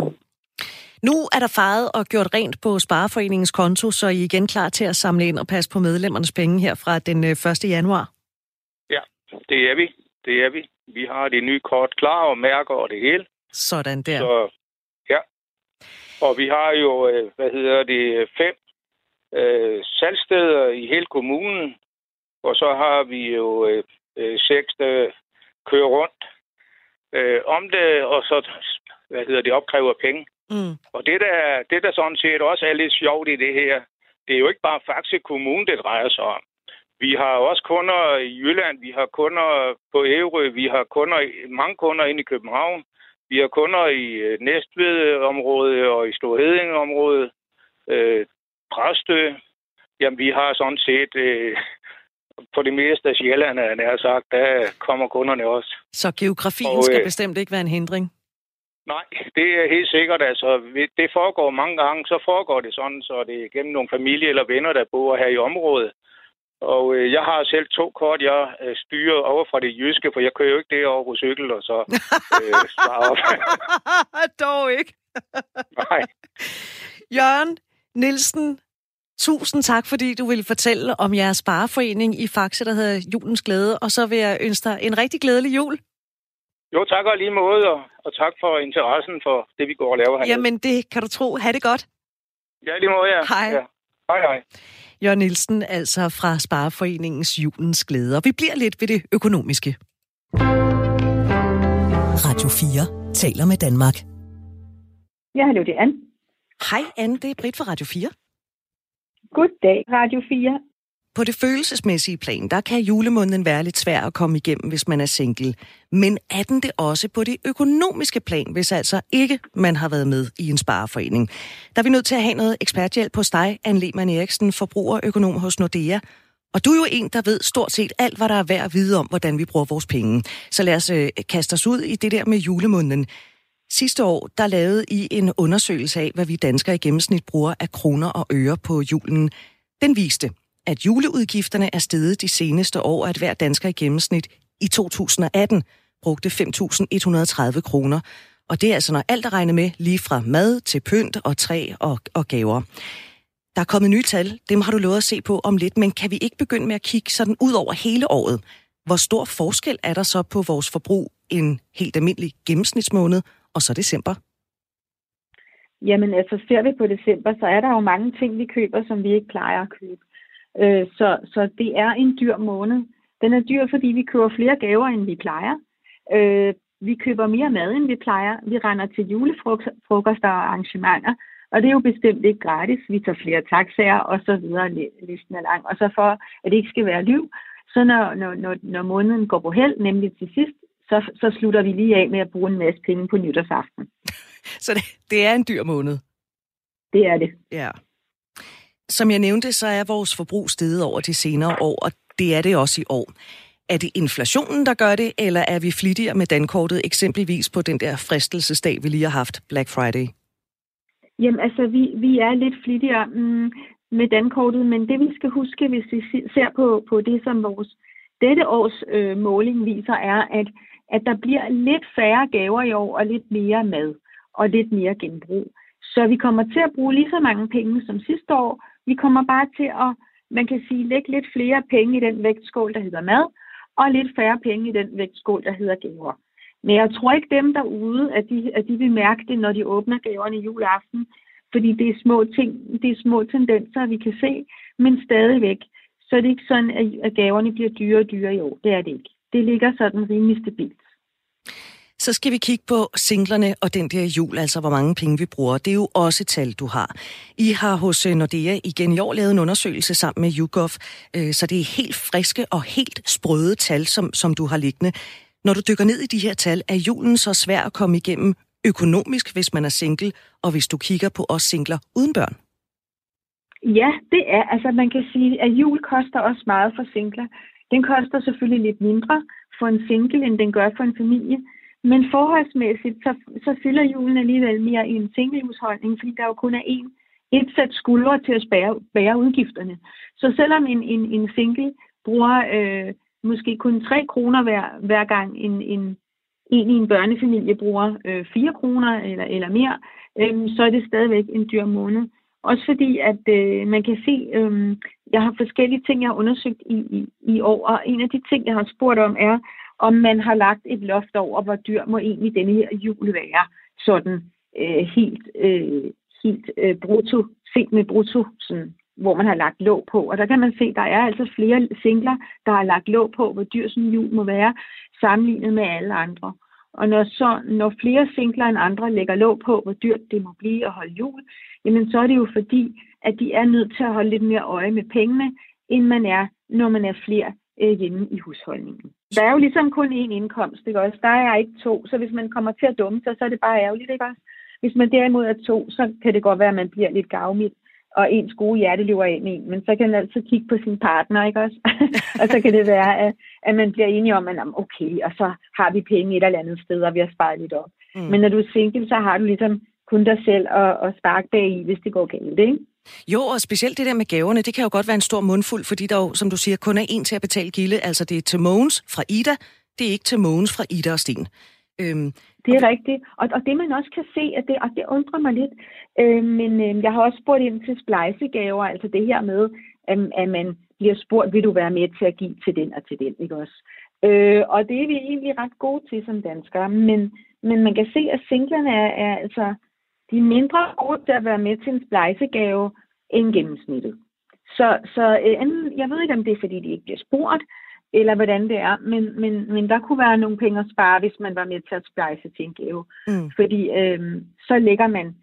Nu er der faret og gjort rent på Spareforeningens konto, så I er igen klar til at samle ind og passe på medlemmernes penge her fra den 1. januar? Ja, det er vi. Det er vi. Vi har de nye kort klar og mærker og det hele. Sådan der. Så, ja. Og vi har jo, 5 salgssteder i hele kommunen. Og så har vi jo 6, kører rundt om det, og så, opkræver penge. Og det der sådan set også er lidt sjovt i det her, det er jo ikke bare Faxe Kommune, det drejer sig om. Vi har også kunder i Jylland, vi har kunder på Ærø, vi har mange kunder inde i København, vi har kunder i Næstved-området og i Storhedinge-området, Præstø. Jamen, vi har sådan set på det meste af Sjælland, sagt, der kommer kunderne også. Så geografien skal bestemt ikke være en hindring? Nej, det er helt sikkert. Altså, det foregår mange gange, så foregår det sådan, så det er gennem nogle familie eller venner, der bor her i området. Og jeg har selv 2 kort, jeg styrer over fra det jyske, for jeg kører jo ikke derovre på cykel, og så svarer op. Dog ikke. Nej. Jørgen Nielsen, tusind tak, fordi du ville fortælle om jeres spareforening i Faxe, der hedder Julens Glæde, og så vil jeg ønske dig en rigtig glædelig jul. Jo, tak og lige måde, og tak for interessen for det, vi går og laver her. Jamen, det kan du tro. Ha' det godt. Ja, lige måde, ja. Hej. Ja. Hej. Jørgen Nielsen, altså fra Spareforeningens Julens Glæde. Og vi bliver lidt ved det økonomiske. Radio 4 taler med Danmark. Ja, hallo, det er Anne. Hej Anne, det er Britt fra Radio 4. Goddag, Radio 4. På det følelsesmæssige plan, der kan julemåneden være lidt svær at komme igennem, hvis man er single. Men er den det også på det økonomiske plan, hvis altså ikke man har været med i en spareforening? Der er vi nødt til at have noget eksperthjælp hos dig, Anne Lehmann Eriksen, forbrugerøkonom hos Nordea. Og du er jo en, der ved stort set alt, hvad der er værd at vide om, hvordan vi bruger vores penge. Så lad os kaste os ud i det der med julemåneden. Sidste år, der lavede I en undersøgelse af, hvad vi danskere i gennemsnit bruger af kroner og øre på julen. Den viste, at juleudgifterne er steget de seneste år, og at hver dansker i gennemsnit i 2018 brugte 5.130 kroner. Og det er altså, når alt er regnet med, lige fra mad til pynt og træ og gaver. Der er kommet nye tal, dem har du lovet at se på om lidt, men kan vi ikke begynde med at kigge sådan ud over hele året? Hvor stor forskel er der så på vores forbrug en helt almindelig gennemsnitsmåned, og så december? Jamen altså, ser vi på december, så er der jo mange ting, vi køber, som vi ikke plejer at købe. Så det er en dyr måned. Den er dyr, fordi vi køber flere gaver, end vi plejer. Vi køber mere mad, end vi plejer. Vi render til julefrokoster og arrangementer, og det er jo bestemt ikke gratis. Vi tager flere taxaer og så videre, listen er lang. Og så for, at det ikke skal være lyv, så når måneden går på held, nemlig til sidst, så slutter vi lige af med at bruge en masse penge på nytårsaften. Så det er en dyr måned? Det er det. Ja. Som jeg nævnte, så er vores forbrug steget over de senere år, og det er det også i år. Er det inflationen, der gør det, eller er vi flittigere med dankortet, eksempelvis på den der fristelsesdag, vi lige har haft, Black Friday? Jamen altså, vi er lidt flittigere med dankortet, men det vi skal huske, hvis vi ser på det, som vores dette års måling viser, er, at der bliver lidt færre gaver i år, og lidt mere mad, og lidt mere genbrug. Så vi kommer til at bruge lige så mange penge som sidste år. Vi kommer bare til at, man kan sige, lægge lidt flere penge i den vægtskål, der hedder mad, og lidt færre penge i den vægtskål, der hedder gaver. Men jeg tror ikke dem derude, at de vil mærke det, når de åbner gaverne i juleaften, fordi det er små ting, det er små tendenser, vi kan se, men stadigvæk. Så er det ikke sådan, at gaverne bliver dyrere og dyrere i år. Det er det ikke. Det ligger sådan rimelig stabilt. Så skal vi kigge på singlerne og den der jul, altså hvor mange penge vi bruger. Det er jo også et tal, du har. I har hos Nordea igen i år lavet en undersøgelse sammen med YouGov, så det er helt friske og helt sprøde tal, som du har liggende. Når du dykker ned i de her tal, er julen så svær at komme igennem økonomisk, hvis man er single, og hvis du kigger på os singler uden børn? Ja, det er. Altså man kan sige, at jul koster også meget for singler. Den koster selvfølgelig lidt mindre for en single, end den gør for en familie. Men forholdsmæssigt, så fylder julen alligevel mere i en singlehusholdning, fordi der jo kun er et sæt skuldre til at bære udgifterne. Så selvom en single bruger måske kun 3 kroner hver gang en i en børnefamilie bruger 4 kroner eller mere, så er det stadigvæk en dyr måned. Også fordi, at man kan se, jeg har forskellige ting, jeg har undersøgt i år, og en af de ting, jeg har spurgt om man har lagt et loft over, hvor dyr må egentlig denne her jul være, sådan helt brutto, set med brutto, sådan, hvor man har lagt låg på. Og der kan man se, der er altså flere singler, der har lagt låg på, hvor dyr sådan en jul må være, sammenlignet med alle andre. Og når flere singler end andre lægger låg på, hvor dyrt det må blive at holde jul, jamen så er det jo fordi, at de er nødt til at holde lidt mere øje med pengene, end man er, når man er flere hjemme i husholdningen. Der er jo ligesom kun én indkomst, ikke også? Der er ikke 2, så hvis man kommer til at dumme sig, så er det bare ærgerligt, ikke også? Hvis man derimod er 2, så kan det godt være, at man bliver lidt gavmild, og ens gode hjerte løber af med en, men så kan man altid kigge på sin partner, ikke også? Og så kan det være, at man bliver enige om, at okay, og så har vi penge et eller andet sted, og vi har sparet lidt op. Men når du er single, så har du ligesom kun dig selv at sparke bag i, hvis det går galt, ikke? Jo, og specielt det der med gaverne, det kan jo godt være en stor mundfuld, fordi der jo, som du siger, kun er en til at betale gilde. Altså det er til Mogens fra Ida, det er ikke til Mogens fra Ida og Sten. Det er rigtigt, og det man også kan se, og det undrer mig lidt, men jeg har også spurgt ind til splejsegaver, altså det her med, at man bliver spurgt, vil du være med til at give til den og til den, ikke også? Og det er vi egentlig ret gode til som danskere, men man kan se, at singlerne er altså de er mindre gode til at være med til en splejsegave end gennemsnittet. Så jeg ved ikke, om det er, fordi de ikke bliver spurgt, eller hvordan det er, men der kunne være nogle penge at spare, hvis man var med til at splejse til en gave. Fordi så lægger man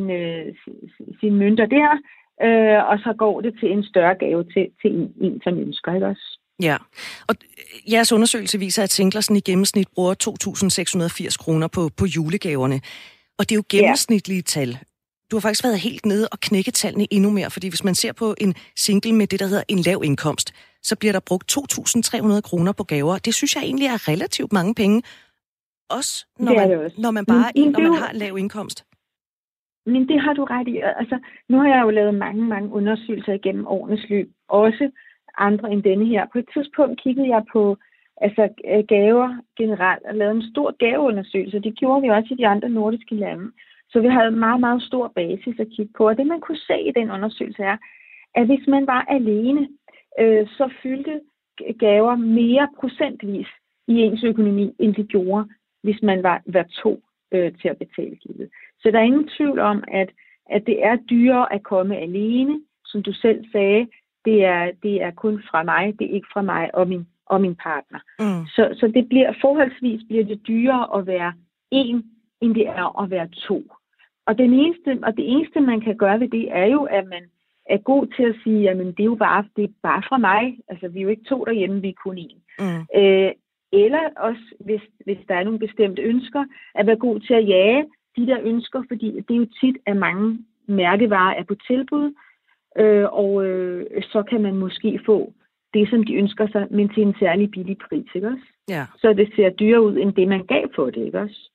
sine mønter der, og så går det til en større gave til en som ønsker, ikke også? Ja, og jeres undersøgelse viser, at singler sådan i gennemsnit bruger 2.680 kroner på julegaverne. Og det er jo gennemsnitlige tal. Du har faktisk været helt nede og knækket tallene endnu mere, fordi hvis man ser på en single med det, der hedder en lav indkomst, så bliver der brugt 2.300 kroner på gaver. Det synes jeg egentlig er relativt mange penge, også når man bare er en, når man har en lav indkomst. Men det har du ret i. Altså, nu har jeg jo lavet mange undersøgelser igennem årenes løb, også andre end denne her. På et tidspunkt kiggede jeg på gaver generelt og lavede en stor gaveundersøgelse. Det gjorde vi også i de andre nordiske lande. Så vi havde meget, meget stor basis at kigge på. Og det, man kunne se i den undersøgelse er, at hvis man var alene, så fyldte gaver mere procentvis i ens økonomi, end de gjorde, hvis man var 2 til at betale givet. Så der er ingen tvivl om, at det er dyrere at komme alene. Som du selv sagde, det er kun fra mig, det er ikke fra mig og min partner. Så det bliver forholdsvis det dyrere at være 1, end det er at være 2. Og det eneste, man kan gøre ved det, er jo, at man er god til at sige, jamen det er bare fra mig. Altså vi er jo ikke 2 derhjemme, vi er kun 1. Eller også, hvis der er nogle bestemte ønsker, at være god til at jage de der ønsker, fordi det er jo tit, at mange mærkevarer er på tilbud, og så kan man måske få det, som de ønsker sig, men til en særlig billig pris, ikke også? Ja. Så det ser dyrere ud, end det man gav på det, ikke også?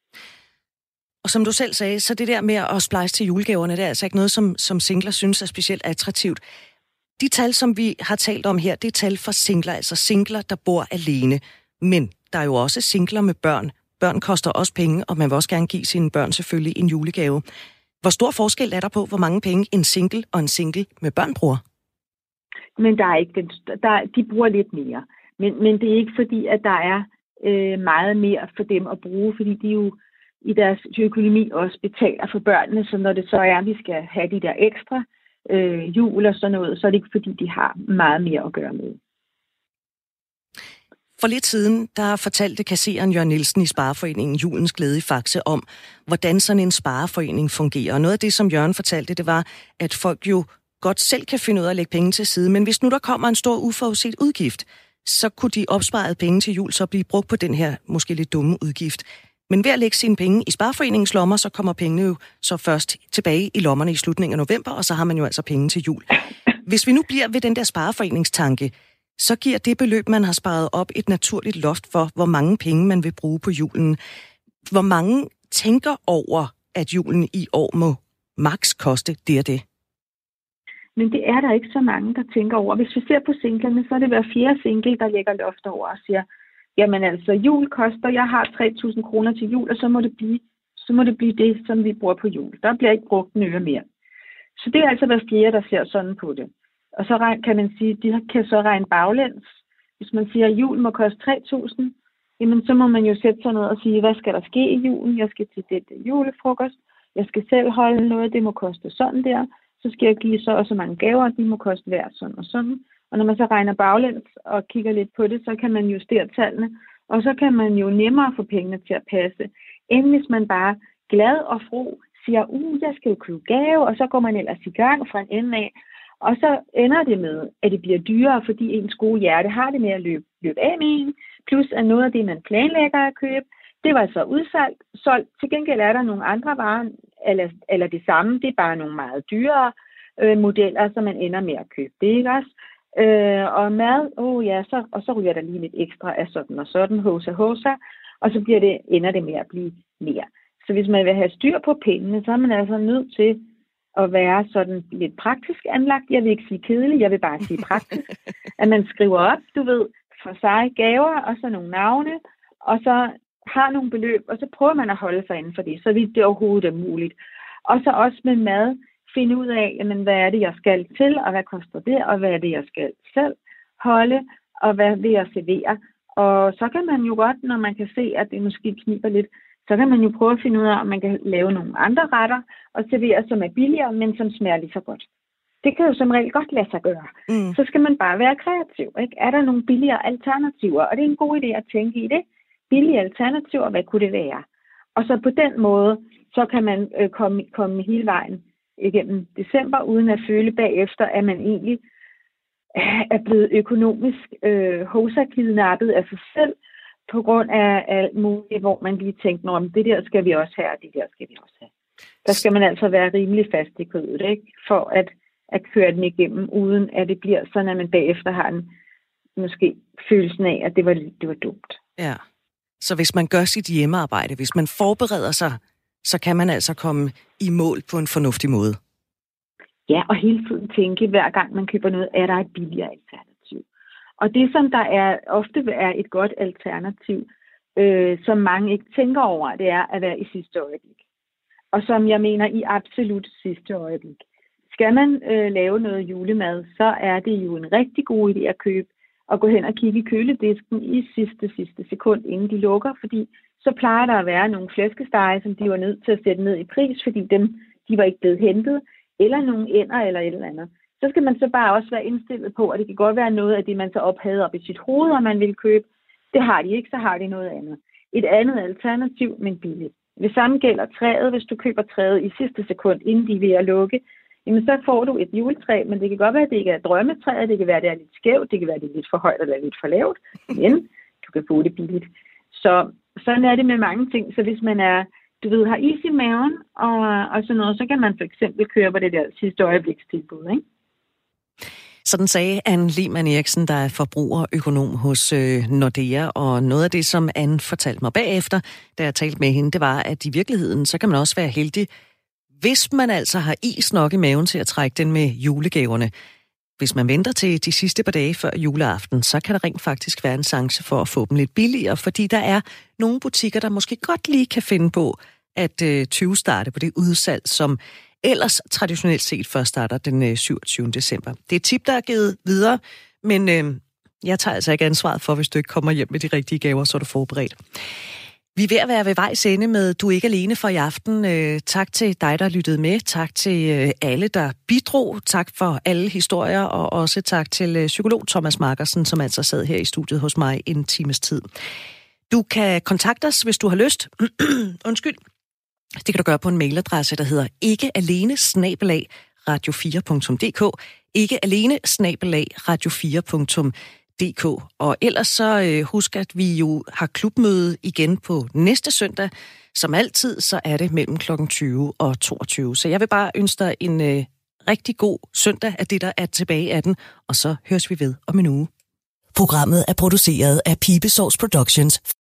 Og som du selv sagde, så det der med at splejse til julegaverne, det er altså ikke noget, som singler synes er specielt attraktivt. De tal, som vi har talt om her, det er tal for singler, altså singler, der bor alene. Men der er jo også singler med børn. Børn koster også penge, og man vil også gerne give sine børn selvfølgelig en julegave. Hvor stor forskel er der på, hvor mange penge en single og en single med børn bruger? Men der er ikke de bruger lidt mere. Men det er ikke fordi, at der er meget mere for dem at bruge, fordi de jo i deres økonomi også betaler for børnene, så når det så er, at vi skal have de der ekstra jul og sådan noget, så er det ikke fordi, de har meget mere at gøre med. For lidt siden, der fortalte kassereren Jørgen Nielsen i Spareforeningen Julens Glæde i Faxe om, hvordan sådan en spareforening fungerer. Og noget af det, som Jørgen fortalte, det var, at folk jo godt selv kan finde ud af at lægge penge til side. Men hvis nu der kommer en stor uforudset udgift, så kunne de opsparede penge til jul så blive brugt på den her måske lidt dumme udgift. Men ved at lægge sine penge i Spareforeningens lommer, så kommer pengene jo så først tilbage i lommerne i slutningen af november, og så har man jo altså penge til jul. Hvis vi nu bliver ved den der spareforeningstanke, så giver det beløb, man har sparet op, et naturligt loft for, hvor mange penge man vil bruge på julen. Hvor mange tænker over, at julen i år må maks koste det og det? Men det er der ikke så mange, der tænker over. Hvis vi ser på singlerne, så er det hver fjerde single, der lægger loft over og siger, jamen altså, jul koster, jeg har 3.000 kroner til jul, og så må det blive det, som vi bruger på jul. Der bliver ikke brugt en øre mere. Så det er altså hver fjerde, der ser sådan på det. Og så kan man sige, de kan så regne baglæns. Hvis man siger, at jul må koste 3.000, jamen så må man jo sætte sig ned og sige, hvad skal der ske i julen? Jeg skal til det julefrokost. Jeg skal selv holde noget, det må koste sådan der. Så skal jeg give så mange gaver, de må koste hver sådan og sådan. Og når man så regner baglæns og kigger lidt på det, så kan man justere tallene. Og så kan man jo nemmere få pengene til at passe, end hvis man bare glad og fro siger, jeg skal jo købe gave, og så går man ellers i gang fra en ende af. Og så ender det med, at det bliver dyrere, fordi ens gode hjerte har det med at løbe af med en. Plus at noget af det, man planlægger at købe, det var så solgt. Til gengæld er der nogle andre varer, eller det samme. Det er bare nogle meget dyrere modeller, som man ender med at købe. Det er ikke også? Og mad, så ryger der lige lidt ekstra af sådan og sådan, hosa, og så ender det med at blive mere. Så hvis man vil have styr på pengene, så er man altså nødt til at være sådan lidt praktisk anlagt. Jeg vil ikke sige kedelig, jeg vil bare sige praktisk. At man skriver op, for sig gaver, og så nogle navne, og så har nogle beløb, og så prøver man at holde sig inden for det, så vidt det overhovedet er muligt. Og så også med mad, finde ud af, jamen, hvad er det, jeg skal til, og hvad koster det, og hvad er det, jeg skal selv holde, og hvad vil jeg servere. Og så kan man jo godt, når man kan se, at det måske kniber lidt, så kan man jo prøve at finde ud af, om man kan lave nogle andre retter og servere, som er billigere, men som smager lige så godt. Det kan jo som regel godt lade sig gøre. Så skal man bare være kreativ. Ikke? Er der nogle billigere alternativer? Og det er en god idé at tænke i det. Billige alternativer, hvad kunne det være? Og så på den måde, så kan man komme hele vejen igennem december, uden at føle bagefter, at man egentlig er blevet økonomisk hosa-kidnappet af sig selv, på grund af alt muligt, hvor man lige tænkte, at det der skal vi også have, og det der skal vi også have. Der skal man altså være rimelig fast i kødet, ikke? For at køre den igennem, uden at det bliver sådan, at man bagefter har en måske følelsen af, at det var dumt. Ja, så hvis man gør sit hjemmearbejde, hvis man forbereder sig, så kan man altså komme i mål på en fornuftig måde. Ja, og hele tiden tænke, hver gang man køber noget, er der et billigere alternativ. Og det, som der ofte er et godt alternativ, som mange ikke tænker over, det er at være i sidste øjeblik. Og som jeg mener i absolut sidste øjeblik. Skal man lave noget julemad, så er det jo en rigtig god idé at købe og gå hen og kigge i køledisken i sidste sekund, inden de lukker, fordi så plejer der at være nogle flæskestege, som de var nødt til at sætte ned i pris, fordi de var ikke blevet hentet, eller nogle ænder eller et eller andet. Så skal man så bare også være indstillet på, at det kan godt være noget af det, man så havde op i sit hoved, og man vil købe. Det har de ikke, så har de noget andet. Et andet alternativ, men billigt. Det samme gælder træet. Hvis du køber træet i sidste sekund, inden de er ved at lukke, jamen så får du et juletræ, men det kan godt være, at det ikke er drømmetræet, det kan være, at det er lidt skævt, det kan være, at det er lidt for højt eller lidt for lavt, men du kan få det billigt. Så sådan er det med mange ting. Så hvis man har is i maven og sådan noget, så kan man for eksempel køre på det der sidste øjeblikstilbud, ikke? Sådan sagde Anne Lehmann Eriksen, der er forbrugerøkonom hos Nordea, og noget af det, som Anne fortalte mig bagefter, da jeg talte med hende, det var, at i virkeligheden, så kan man også være heldig, hvis man altså har is nok i maven til at trække den med julegaverne. Hvis man venter til de sidste par dage før juleaften, så kan der rent faktisk være en chance for at få dem lidt billigere, fordi der er nogle butikker, der måske godt lige kan finde på at tyvstarte på det udsalg, som ellers traditionelt set først starter den 27. december. Det er et tip, der er givet videre, men jeg tager altså ikke ansvaret for, hvis du ikke kommer hjem med de rigtige gaver, så er du forberedt. Vi er ved at være ved vejs ende med Du er ikke alene for i aften. Tak til dig, der lyttede med. Tak til alle, der bidrog. Tak for alle historier, og også tak til psykolog Thomas Markersen, som altså sad her i studiet hos mig en times tid. Du kan kontakte os, hvis du har lyst. Undskyld. Det kan du gøre på en mailadresse, der hedder ikkealene@radio4.dk. ikkealene@radio4.dk. Og ellers så husk, at vi jo har klubmøde igen på næste søndag. Som altid, så er det mellem kl. 20 og 22. Så jeg vil bare ønske dig en rigtig god søndag af det, der er tilbage af den. Og så høres vi ved om en uge. Programmet er produceret af Pibesovs Productions.